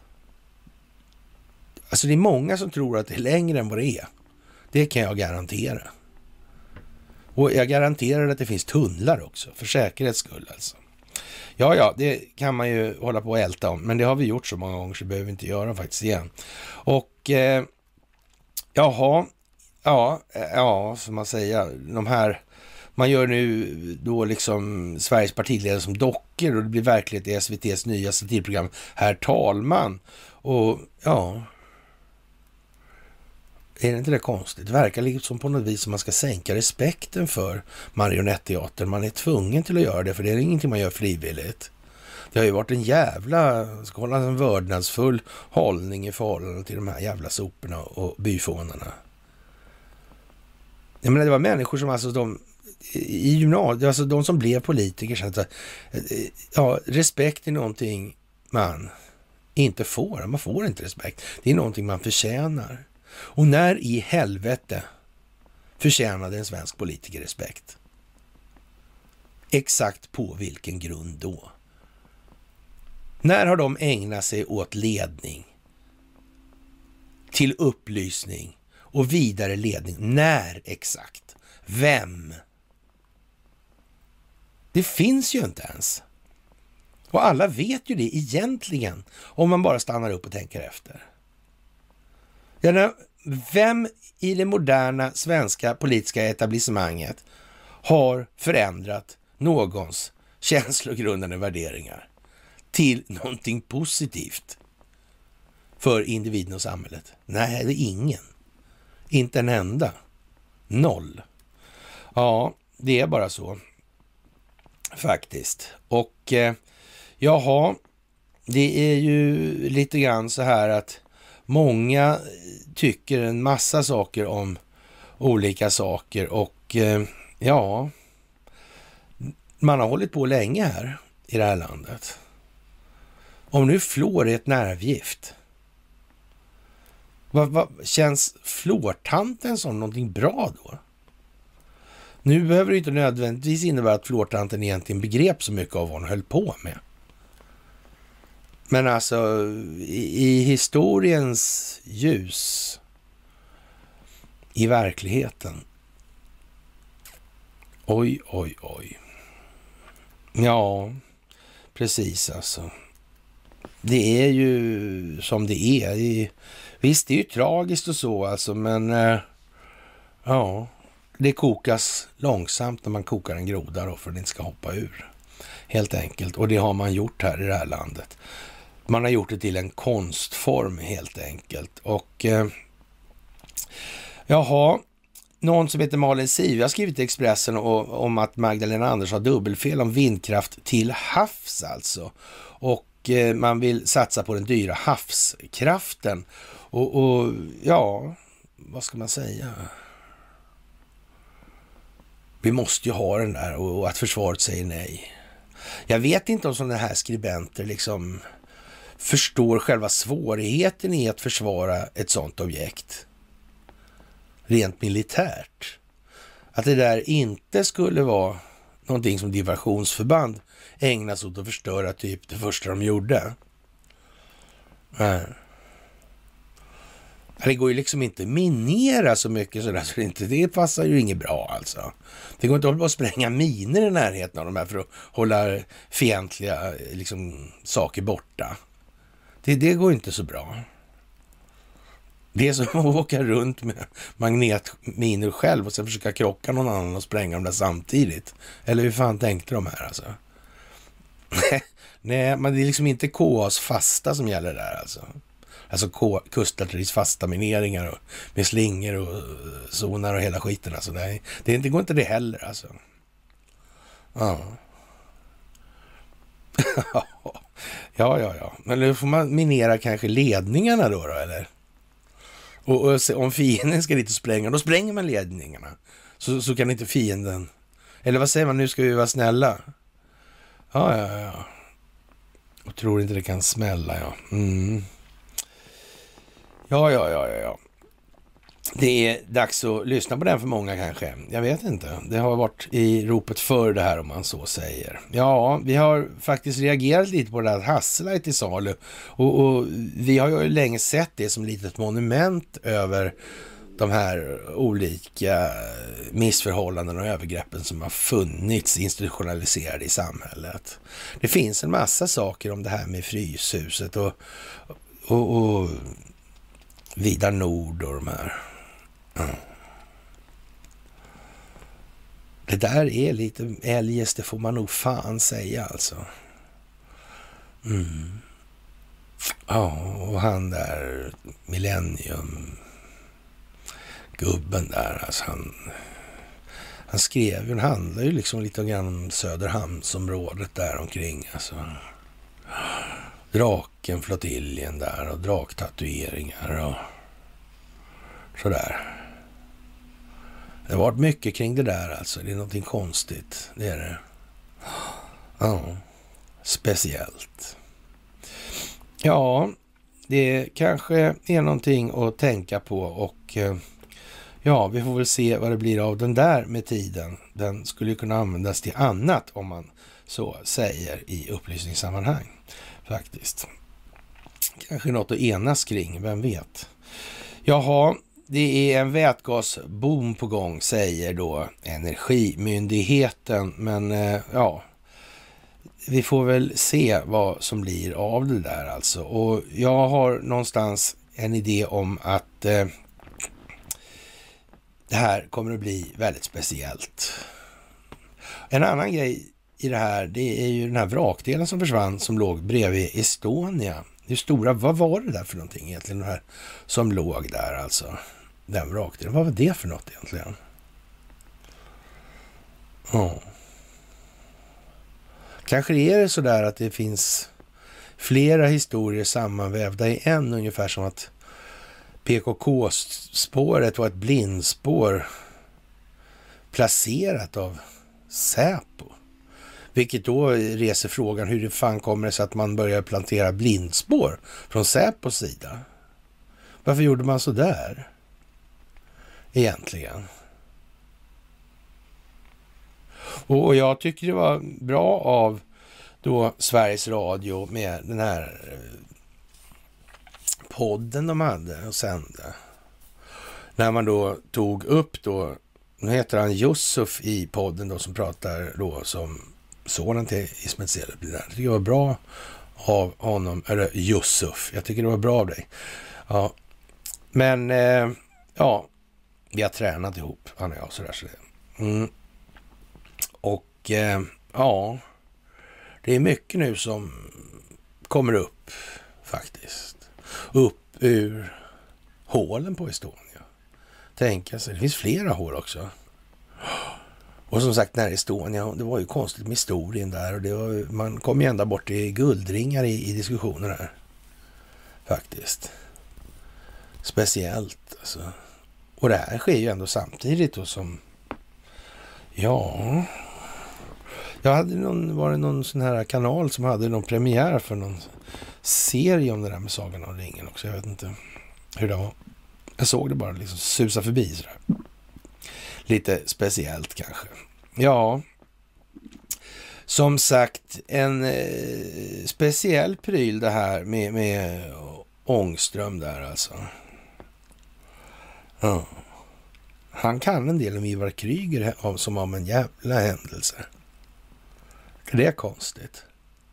Alltså det är många som tror att det är längre än vad det är. Det kan jag garantera. Och jag garanterar att det finns tunnlar också. För säkerhets skull alltså. Ja, ja, det kan man ju hålla på och älta om. Men det har vi gjort så många gånger så behöver vi inte göra faktiskt igen. Och eh, jaha, ja, ja, som man säger, de här, man gör nu då liksom Sveriges partiledare som dockor och det blir verklighet i S V T:s nya satirprogram Herr talman. Och ja, är det inte det konstigt? Det verkar liksom på något vis som man ska sänka respekten för marionetteater. Man är tvungen till att göra det, för det är ingenting man gör frivilligt. Det har ju varit en jävla, ska hålla en vördnadsfull hållning i förhållande till de här jävla soporna och byfånarna. Jag menar, det var människor som alltså de i gymnasiet, alltså de som blev politiker kände att ja, respekt är någonting man inte får. Man får inte respekt. Det är någonting man förtjänar. Och när i helvete förtjänade en svensk politiker respekt? Exakt på vilken grund då? När har de ägnat sig åt ledning, till upplysning och vidare ledning? När exakt? Vem? Det finns ju inte ens. Och alla vet ju det egentligen om man bara stannar upp och tänker efter. Ja, vem i det moderna svenska politiska etablissemanget har förändrat någons känslogrundande värderingar till någonting positivt för individen och samhället? Nej, det är ingen. Inte en enda. Noll. Ja, det är bara så. Faktiskt. Och eh, jaha, det är ju lite grann så här att många tycker en massa saker om olika saker och eh, ja, man har hållit på länge här i det här landet. Om nu fluor är ett nervgift, vad, vad känns fluortanten som någonting bra då? Nu behöver det inte nödvändigtvis innebära att fluortanten egentligen begrep så mycket av vad hon höll på med. Men alltså i, i historiens ljus, i verkligheten. Oj, oj, oj. Ja, precis alltså. Det är ju som det är. Det är visst, det är ju tragiskt och så alltså, men eh, ja, det kokas långsamt när man kokar en groda då för att den inte ska hoppa ur. Helt enkelt. Och det har man gjort här i det här landet. Man har gjort det till en konstform helt enkelt. Och eh, jaha, någon som heter Malin Siv har skrivit i Expressen och, om att Magdalena Andersson har dubbelfel om vindkraft till havs alltså. Och eh, man vill satsa på den dyra havskraften. Och, och ja, vad ska man säga? Vi måste ju ha den där och, och att försvaret säger nej. Jag vet inte om sådana här skribenter liksom förstår själva svårigheten i att försvara ett sådant objekt. Rent militärt. Att det där inte skulle vara någonting som diversionsförband ägnas åt att förstöra typ det första de gjorde. Nej. Det går ju liksom inte minera så mycket sådär, så det, inte, det passar ju inget bra alltså. Det går inte att hålla på att spränga miner i närheten av de här för att hålla fientliga liksom, saker borta. Det, det går inte så bra. Det är som att åka runt med magnetminer själv och sen försöka krocka någon annan och spränga dem där samtidigt. Eller hur fan tänkte de här alltså? Nej, men det är liksom inte K A:s fasta som gäller där alltså. Alltså kustartilleris fasta mineringar och med slingor och zoner och hela skiten alltså. Nej, det, det går inte det heller alltså. Ja. ja, ja, ja. Men nu får man minera kanske ledningarna då, då eller? Och, och om fienden ska dit och spränga, då spränger man ledningarna. Så, så kan inte fienden... Eller vad säger man, nu ska vi vara snälla? Ja, ja, ja. Och tror inte det kan smälla, ja. Mm. Ja, ja, ja, ja, ja. Det är dags att lyssna på den för många kanske. Jag vet inte. Det har varit i ropet för det här om man så säger. Ja, vi har faktiskt reagerat lite på det här att Hassela är till salu. Och, och vi har ju länge sett det som ett litet monument över de här olika missförhållanden och övergreppen som har funnits institutionaliserade i samhället. Det finns en massa saker om det här med Fryshuset och, och, och Vidar Nord och de här. Mm. Det där är lite eljest, det får man nog fan säga alltså. Mm. Ja, och han där Millennium gubben där, alltså han han skrev ju, han handlar ju liksom lite grann om Söderhamnsområdet där omkring alltså. Draken, flottiljen där och draktatueringar och sådär. Det har varit mycket kring det där alltså. Det är någonting konstigt. Det är det. Ja, speciellt. Ja, det kanske är någonting att tänka på och ja, vi får väl se vad det blir av den där med tiden. Den skulle ju kunna användas till annat om man så säger i upplysningssammanhang faktiskt. Kanske något att enas kring, vem vet. Jaha, det är en vätgasboom på gång, säger då Energimyndigheten. Men eh, ja, vi får väl se vad som blir av det där alltså. Och jag har någonstans en idé om att eh, det här kommer att bli väldigt speciellt. En annan grej i det här, det är ju den här vrakdelen som försvann som låg bredvid Estonia. Hur stora, vad var det där för någonting egentligen, det här som låg där alltså? Den vrakdelen, vad var det för något egentligen? Ja. Kanske är det så där att det finns flera historier sammanvävda i en, ungefär som att P K K-spåret var ett blindspår placerat av Säpo. Vilket då reser frågan hur det fan kommer det sig att man börjar plantera blindspår från Säpos sida. Varför gjorde man så där? Egentligen. Och jag tycker det var bra av då Sveriges Radio med den här podden de hade och sände. När man då tog upp då, nu heter han Yusuf i podden då som pratar då som sonen till Ismet Celebi. Det tycker jag var bra av honom, eller Yusuf. Jag tycker det var bra av dig. Ja. Men eh, ja, vi har tränat ihop, han och jag, sådär så det. Mm. Och eh, ja, det är mycket nu som kommer upp faktiskt. Upp ur hålen på Estonia. Tänka sig, det finns flera hål också. Och som sagt, när Estonia, det var ju konstigt med historien där. Och det var, man kom ju ända bort i guldringar i, i diskussioner här. Faktiskt. Speciellt alltså. Och det här sker ju ändå samtidigt då som, ja, jag hade någon, var det någon sån här kanal som hade någon premiär för någon serie om det där med Sagan om ringen också. Jag vet inte hur det var. Jag såg det bara liksom susa förbi sådär. Lite speciellt kanske. Ja, som sagt, en eh, speciell pryl det här med, med Ångström där alltså. Ja. Han kan en del om Ivar Kryger som om en jävla händelse. Det är konstigt.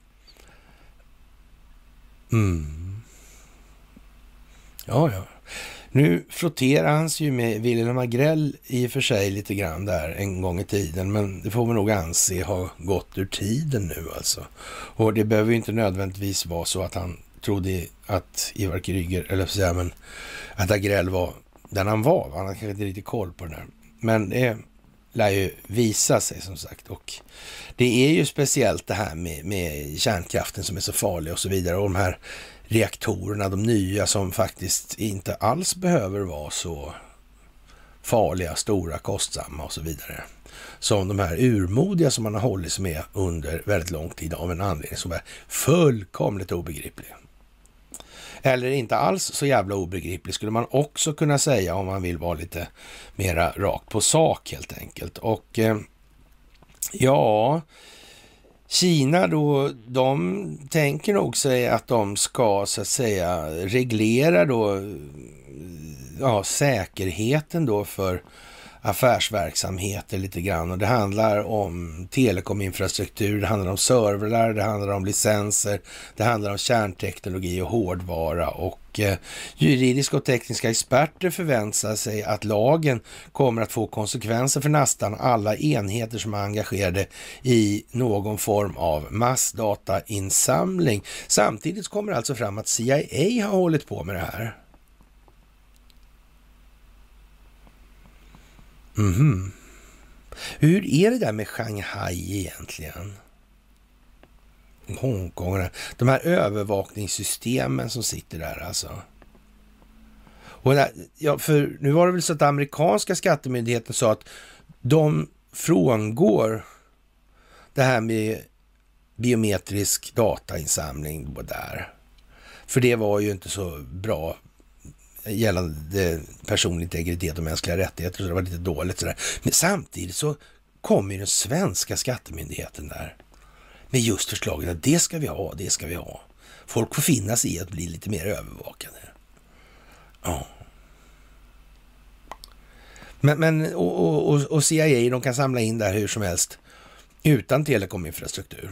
Mm. Ja, ja. Nu frotterar han sig ju med Wilhelm Agrell i och för sig lite grann där en gång i tiden. Men det får man nog anse ha gått ur tiden nu alltså. Och det behöver ju inte nödvändigtvis vara så att han trodde att Ivar Kryger, eller så säga, men att Agrell var den han var. Han hade kanske inte riktigt koll på den här. Men det lär ju visa sig som sagt. Och det är ju speciellt det här med, med kärnkraften som är så farlig och så vidare. Och de här reaktorerna, de nya som faktiskt inte alls behöver vara så farliga, stora, kostsamma och så vidare. Som de här urmodiga som man har hållit sig med under väldigt lång tid av en anledning som är fullkomligt obegriplig. Eller inte alls så jävla obegriplig skulle man också kunna säga om man vill vara lite mera rakt på sak helt enkelt. Och eh, ja, Kina då, de tänker nog sig att de ska så att säga reglera då ja, säkerheten då för affärsverksamheter lite grann. Och det handlar om telekominfrastruktur, det handlar om servrar, det handlar om licenser, det handlar om kärnteknologi och hårdvara. Och eh, juridiska och tekniska experter förväntar sig att lagen kommer att få konsekvenser för nästan alla enheter som är engagerade i någon form av massdatainsamling. Samtidigt kommer det alltså fram att C I A har hållit på med det här. Mhm. Hur är det där med Shanghai egentligen? Hongkong, de här övervakningssystemen som sitter där alltså. Och där, ja, för nu var det väl så att amerikanska skattemyndigheten sa att de frångår det här med biometrisk datainsamling där. För det var ju inte så bra gällande personlig integritet och mänskliga rättigheter, så det var lite dåligt sådär. Men samtidigt så kommer ju den svenska skattemyndigheten där med just förslaget att det ska vi ha, det ska vi ha. Folk får finna sig i att bli lite mer övervakade. Ja. Men, men och, och, och C I A, de kan samla in där hur som helst utan telekominfrastruktur.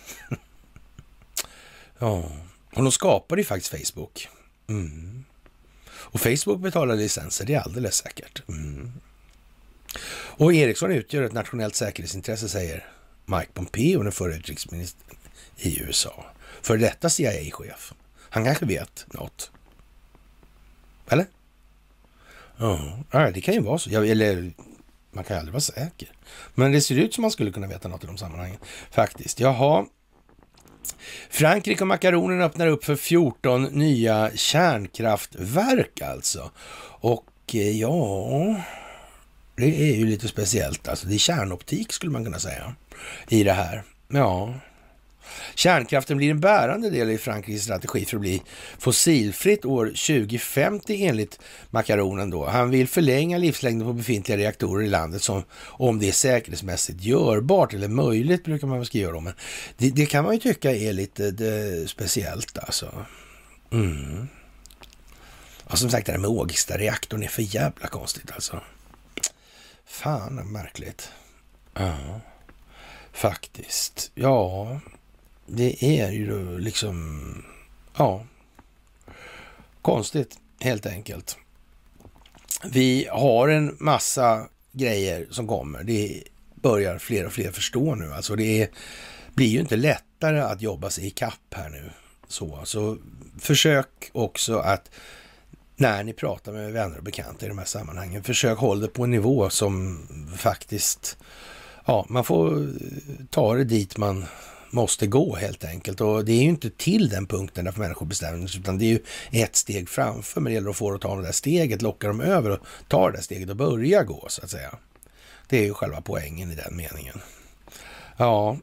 Ja. Och de skapade ju faktiskt Facebook. Mm. Och Facebook betalar licenser, det är alldeles säkert. Mm. Och Ericsson utgör ett nationellt säkerhetsintresse, säger Mike Pompeo, den förre utrikesministern i U S A. För detta C I A-chef. Han kanske vet något. Eller? Ja, det kan ju vara så. Jag, eller, man kan aldrig vara säker. Men det ser ut som man skulle kunna veta något i de sammanhangen. Faktiskt. Jaha. Frankrike och makaronen öppnar upp för fjorton nya kärnkraftverk alltså. Och ja, det är ju lite speciellt. Alltså det är kärnoptik skulle man kunna säga i det här. Ja, kärnkraften blir en bärande del i Frankrikes strategi för att bli fossilfritt år tjugo femtio enligt makaronen då. Han vill förlänga livslängden på befintliga reaktorer i landet som om det är säkerhetsmässigt görbart eller möjligt brukar man skriva om. Men det, det kan man ju tycka är lite det, speciellt alltså. Mm. Och som sagt det här med Ågesta-reaktorn är för jävla konstigt alltså. Fan, märkligt. Ja, faktiskt. Ja, det är ju liksom, ja, konstigt helt enkelt. Vi har en massa grejer som kommer. Det börjar fler och fler förstå nu. Alltså det är, blir ju inte lättare att jobba sig i kapp här nu. Så, så försök också att när ni pratar med vänner och bekanta i de här sammanhangen, försök hålla det på en nivå som faktiskt, ja, man får ta det dit man måste gå helt enkelt. Och det är ju inte till den punkten där för människor bestämmer sig, utan det är ju ett steg framför, men det gäller att få att ta det där steget, locka dem över och ta det där steget och börja gå så att säga. Det är ju själva poängen i den meningen. Ja,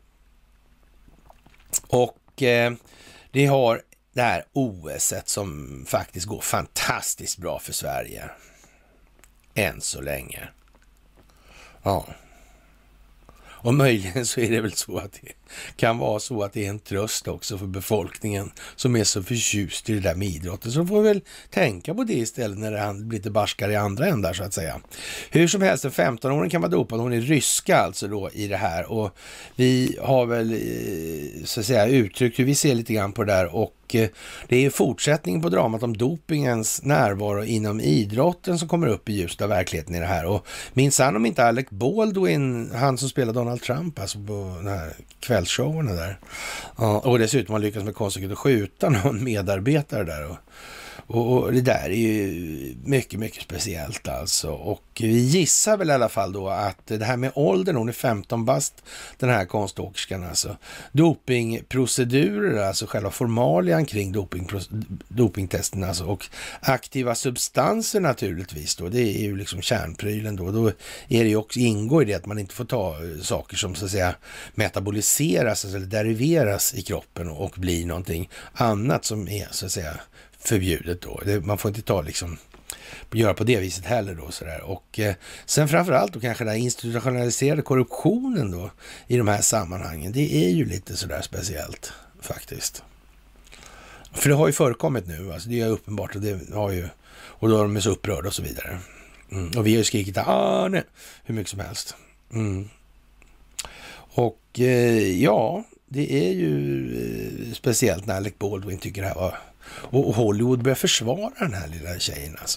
och eh, det har det här O S-et som faktiskt går fantastiskt bra för Sverige. Än så länge. Ja. Och möjligen så är det väl så att det kan vara så att det är en tröst också för befolkningen som är så förtjust i det där med idrotten. Så får vi väl tänka på det istället när det blir lite barskare i andra ändar så att säga. Hur som helst, en femton-åring kan vara dopad. Hon är ryska alltså då i det här. Och vi har väl så att säga uttryckt hur vi ser lite grann på det där. Och det är fortsättningen på dramat om dopingens närvaro inom idrotten som kommer upp i ljuset av verkligheten i det här. Och minns han om inte Alec Baldwin, han som spelar Donald Trump alltså på den här kvällsshowerna där. Ja, och dessutom har lyckats med konststycket att skjuta någon medarbetare där. Och, och, och det där är ju mycket, mycket speciellt alltså. Och vi gissar väl i alla fall då att det här med åldern, hon är femton bast, den här konståkerskan alltså. Dopingprocedurer, alltså själva formalian kring doping, dopingtesten alltså. Och aktiva substanser naturligtvis då, det är ju liksom kärnprylen då. Då är det ju också, ingår i det att man inte får ta saker som så att säga metaboliseras alltså, eller deriveras i kroppen och blir någonting annat som är så att säga förbjudet då. Det, man får inte ta liksom göra på det viset heller då sådär. Och eh, sen framförallt då kanske den institutionaliserade korruptionen då i de här sammanhangen. Det är ju lite sådär speciellt faktiskt. För det har ju förekommit nu, alltså det är uppenbart och det har ju, och då är de så upprörda och så vidare. Mm. Och vi har ju skrikit ah, nej, hur mycket som helst. Mm. Och eh, ja, det är ju eh, speciellt när Alec Baldwin tycker det här var, och Hollywood börjar försvara den här lilla tjejen alltså.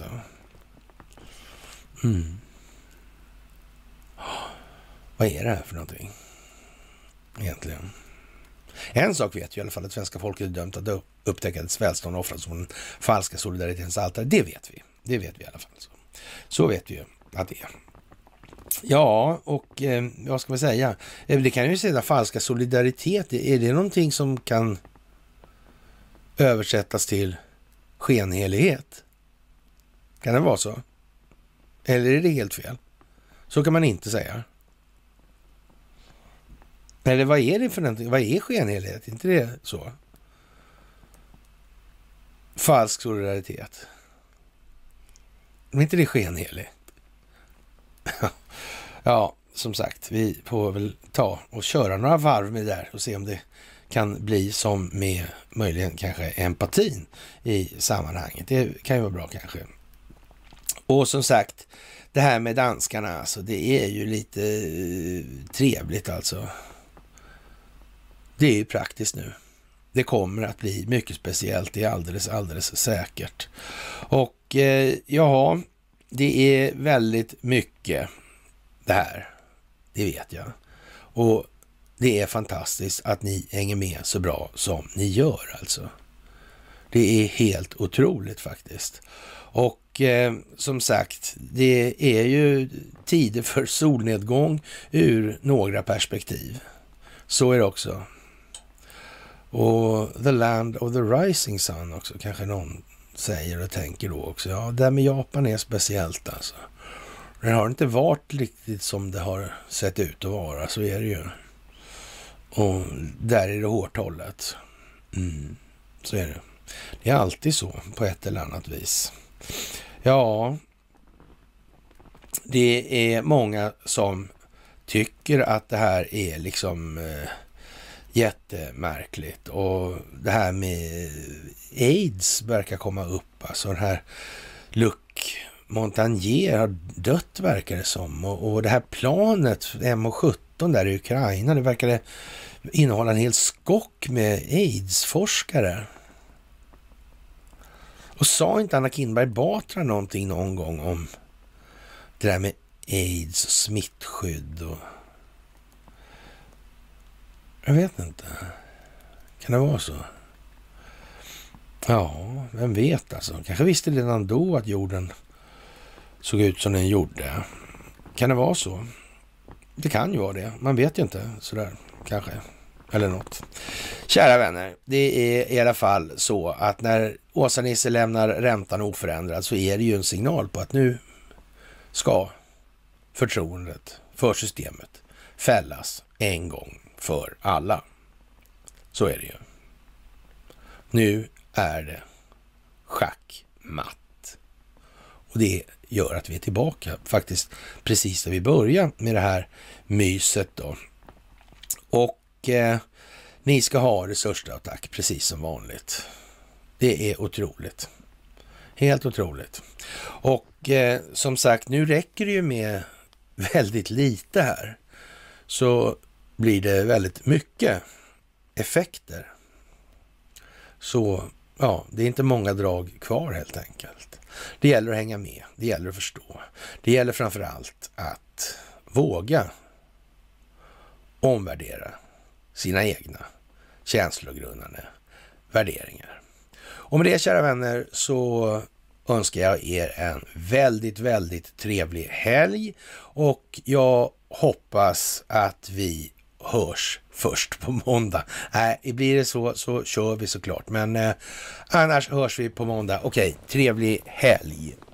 Mm. Vad är det här för någonting egentligen? En sak vet ju i alla fall att svenska folket är dömt att upptäcka ett välstånd offras som en falska solidaritetens altare. Det vet vi. Det vet vi i alla fall. Så, så vet vi ju att det är. Ja, och eh, vad ska man säga? Det kan ju säga falska solidaritet. Är det någonting som kan översättas till skenhelighet? Kan det vara så? Eller är det helt fel? Så kan man inte säga. Eller vad är det för någonting? Vad är skenhelighet? Inte det så? Falsk solidaritet. Men inte det skenheligt? Ja, som sagt, vi får väl ta och köra några varv med det där och se om det kan bli som med möjligen kanske empatin i sammanhanget. Det kan ju vara bra kanske. Och som sagt, det här med danskarna, alltså, det är ju lite trevligt alltså. Det är ju praktiskt nu. Det kommer att bli mycket speciellt, det är alldeles, alldeles säkert. Och eh, ja, det är väldigt mycket det här, det vet jag. Och det är fantastiskt att ni hänger med så bra som ni gör alltså. Det är helt otroligt faktiskt. Och eh, som sagt, det är ju tider för solnedgång ur några perspektiv. Så är det också. Och the land of the rising sun också, kanske någon säger och tänker då också. Ja, det med Japan är speciellt alltså. Det har inte varit riktigt som det har sett ut att vara, så är det ju. Och där är det hårt hållet. Mm, så är det. Det är alltid så på ett eller annat vis. Ja, det är många som tycker att det här är liksom eh, jättemärkligt. Och det här med AIDS verkar komma upp. Alltså den här Luc Montagnier har dött verkar det som. Och, och det här planet M sjutton där i Ukraina, det verkar innehålla en hel skock med AIDS-forskare. Och sa inte Anna Kinberg Batra någonting någon gång om det där med AIDS och smittskydd och... Jag vet inte. Kan det vara så? Ja, vem vet alltså. Kanske visste redan då att jorden såg ut som den gjorde. Kan det vara så? Det kan ju vara det. Man vet ju inte sådär, kanske. Eller något. Kära vänner, det är i alla fall så att när Åsa-Nisse lämnar räntan oförändrad så är det ju en signal på att nu ska förtroendet för systemet fällas en gång för alla. Så är det ju. Nu är det schackmatt. Och det gör att vi är tillbaka faktiskt precis där vi började med det här myset då. Och eh, ni ska ha resursattack precis som vanligt. Det är otroligt. Helt otroligt. Och eh, som sagt, nu räcker det ju med väldigt lite här. Så blir det väldigt mycket effekter. Så ja, det är inte många drag kvar helt enkelt. Det gäller att hänga med. Det gäller att förstå. Det gäller framförallt att våga omvärdera sina egna känslogrundande värderingar. Och med det, kära vänner, så önskar jag er en väldigt, väldigt trevlig helg. Och jag hoppas att vi hörs först på måndag. Nej, blir det så så kör vi såklart. Men eh, annars hörs vi på måndag. Okej, trevlig helg.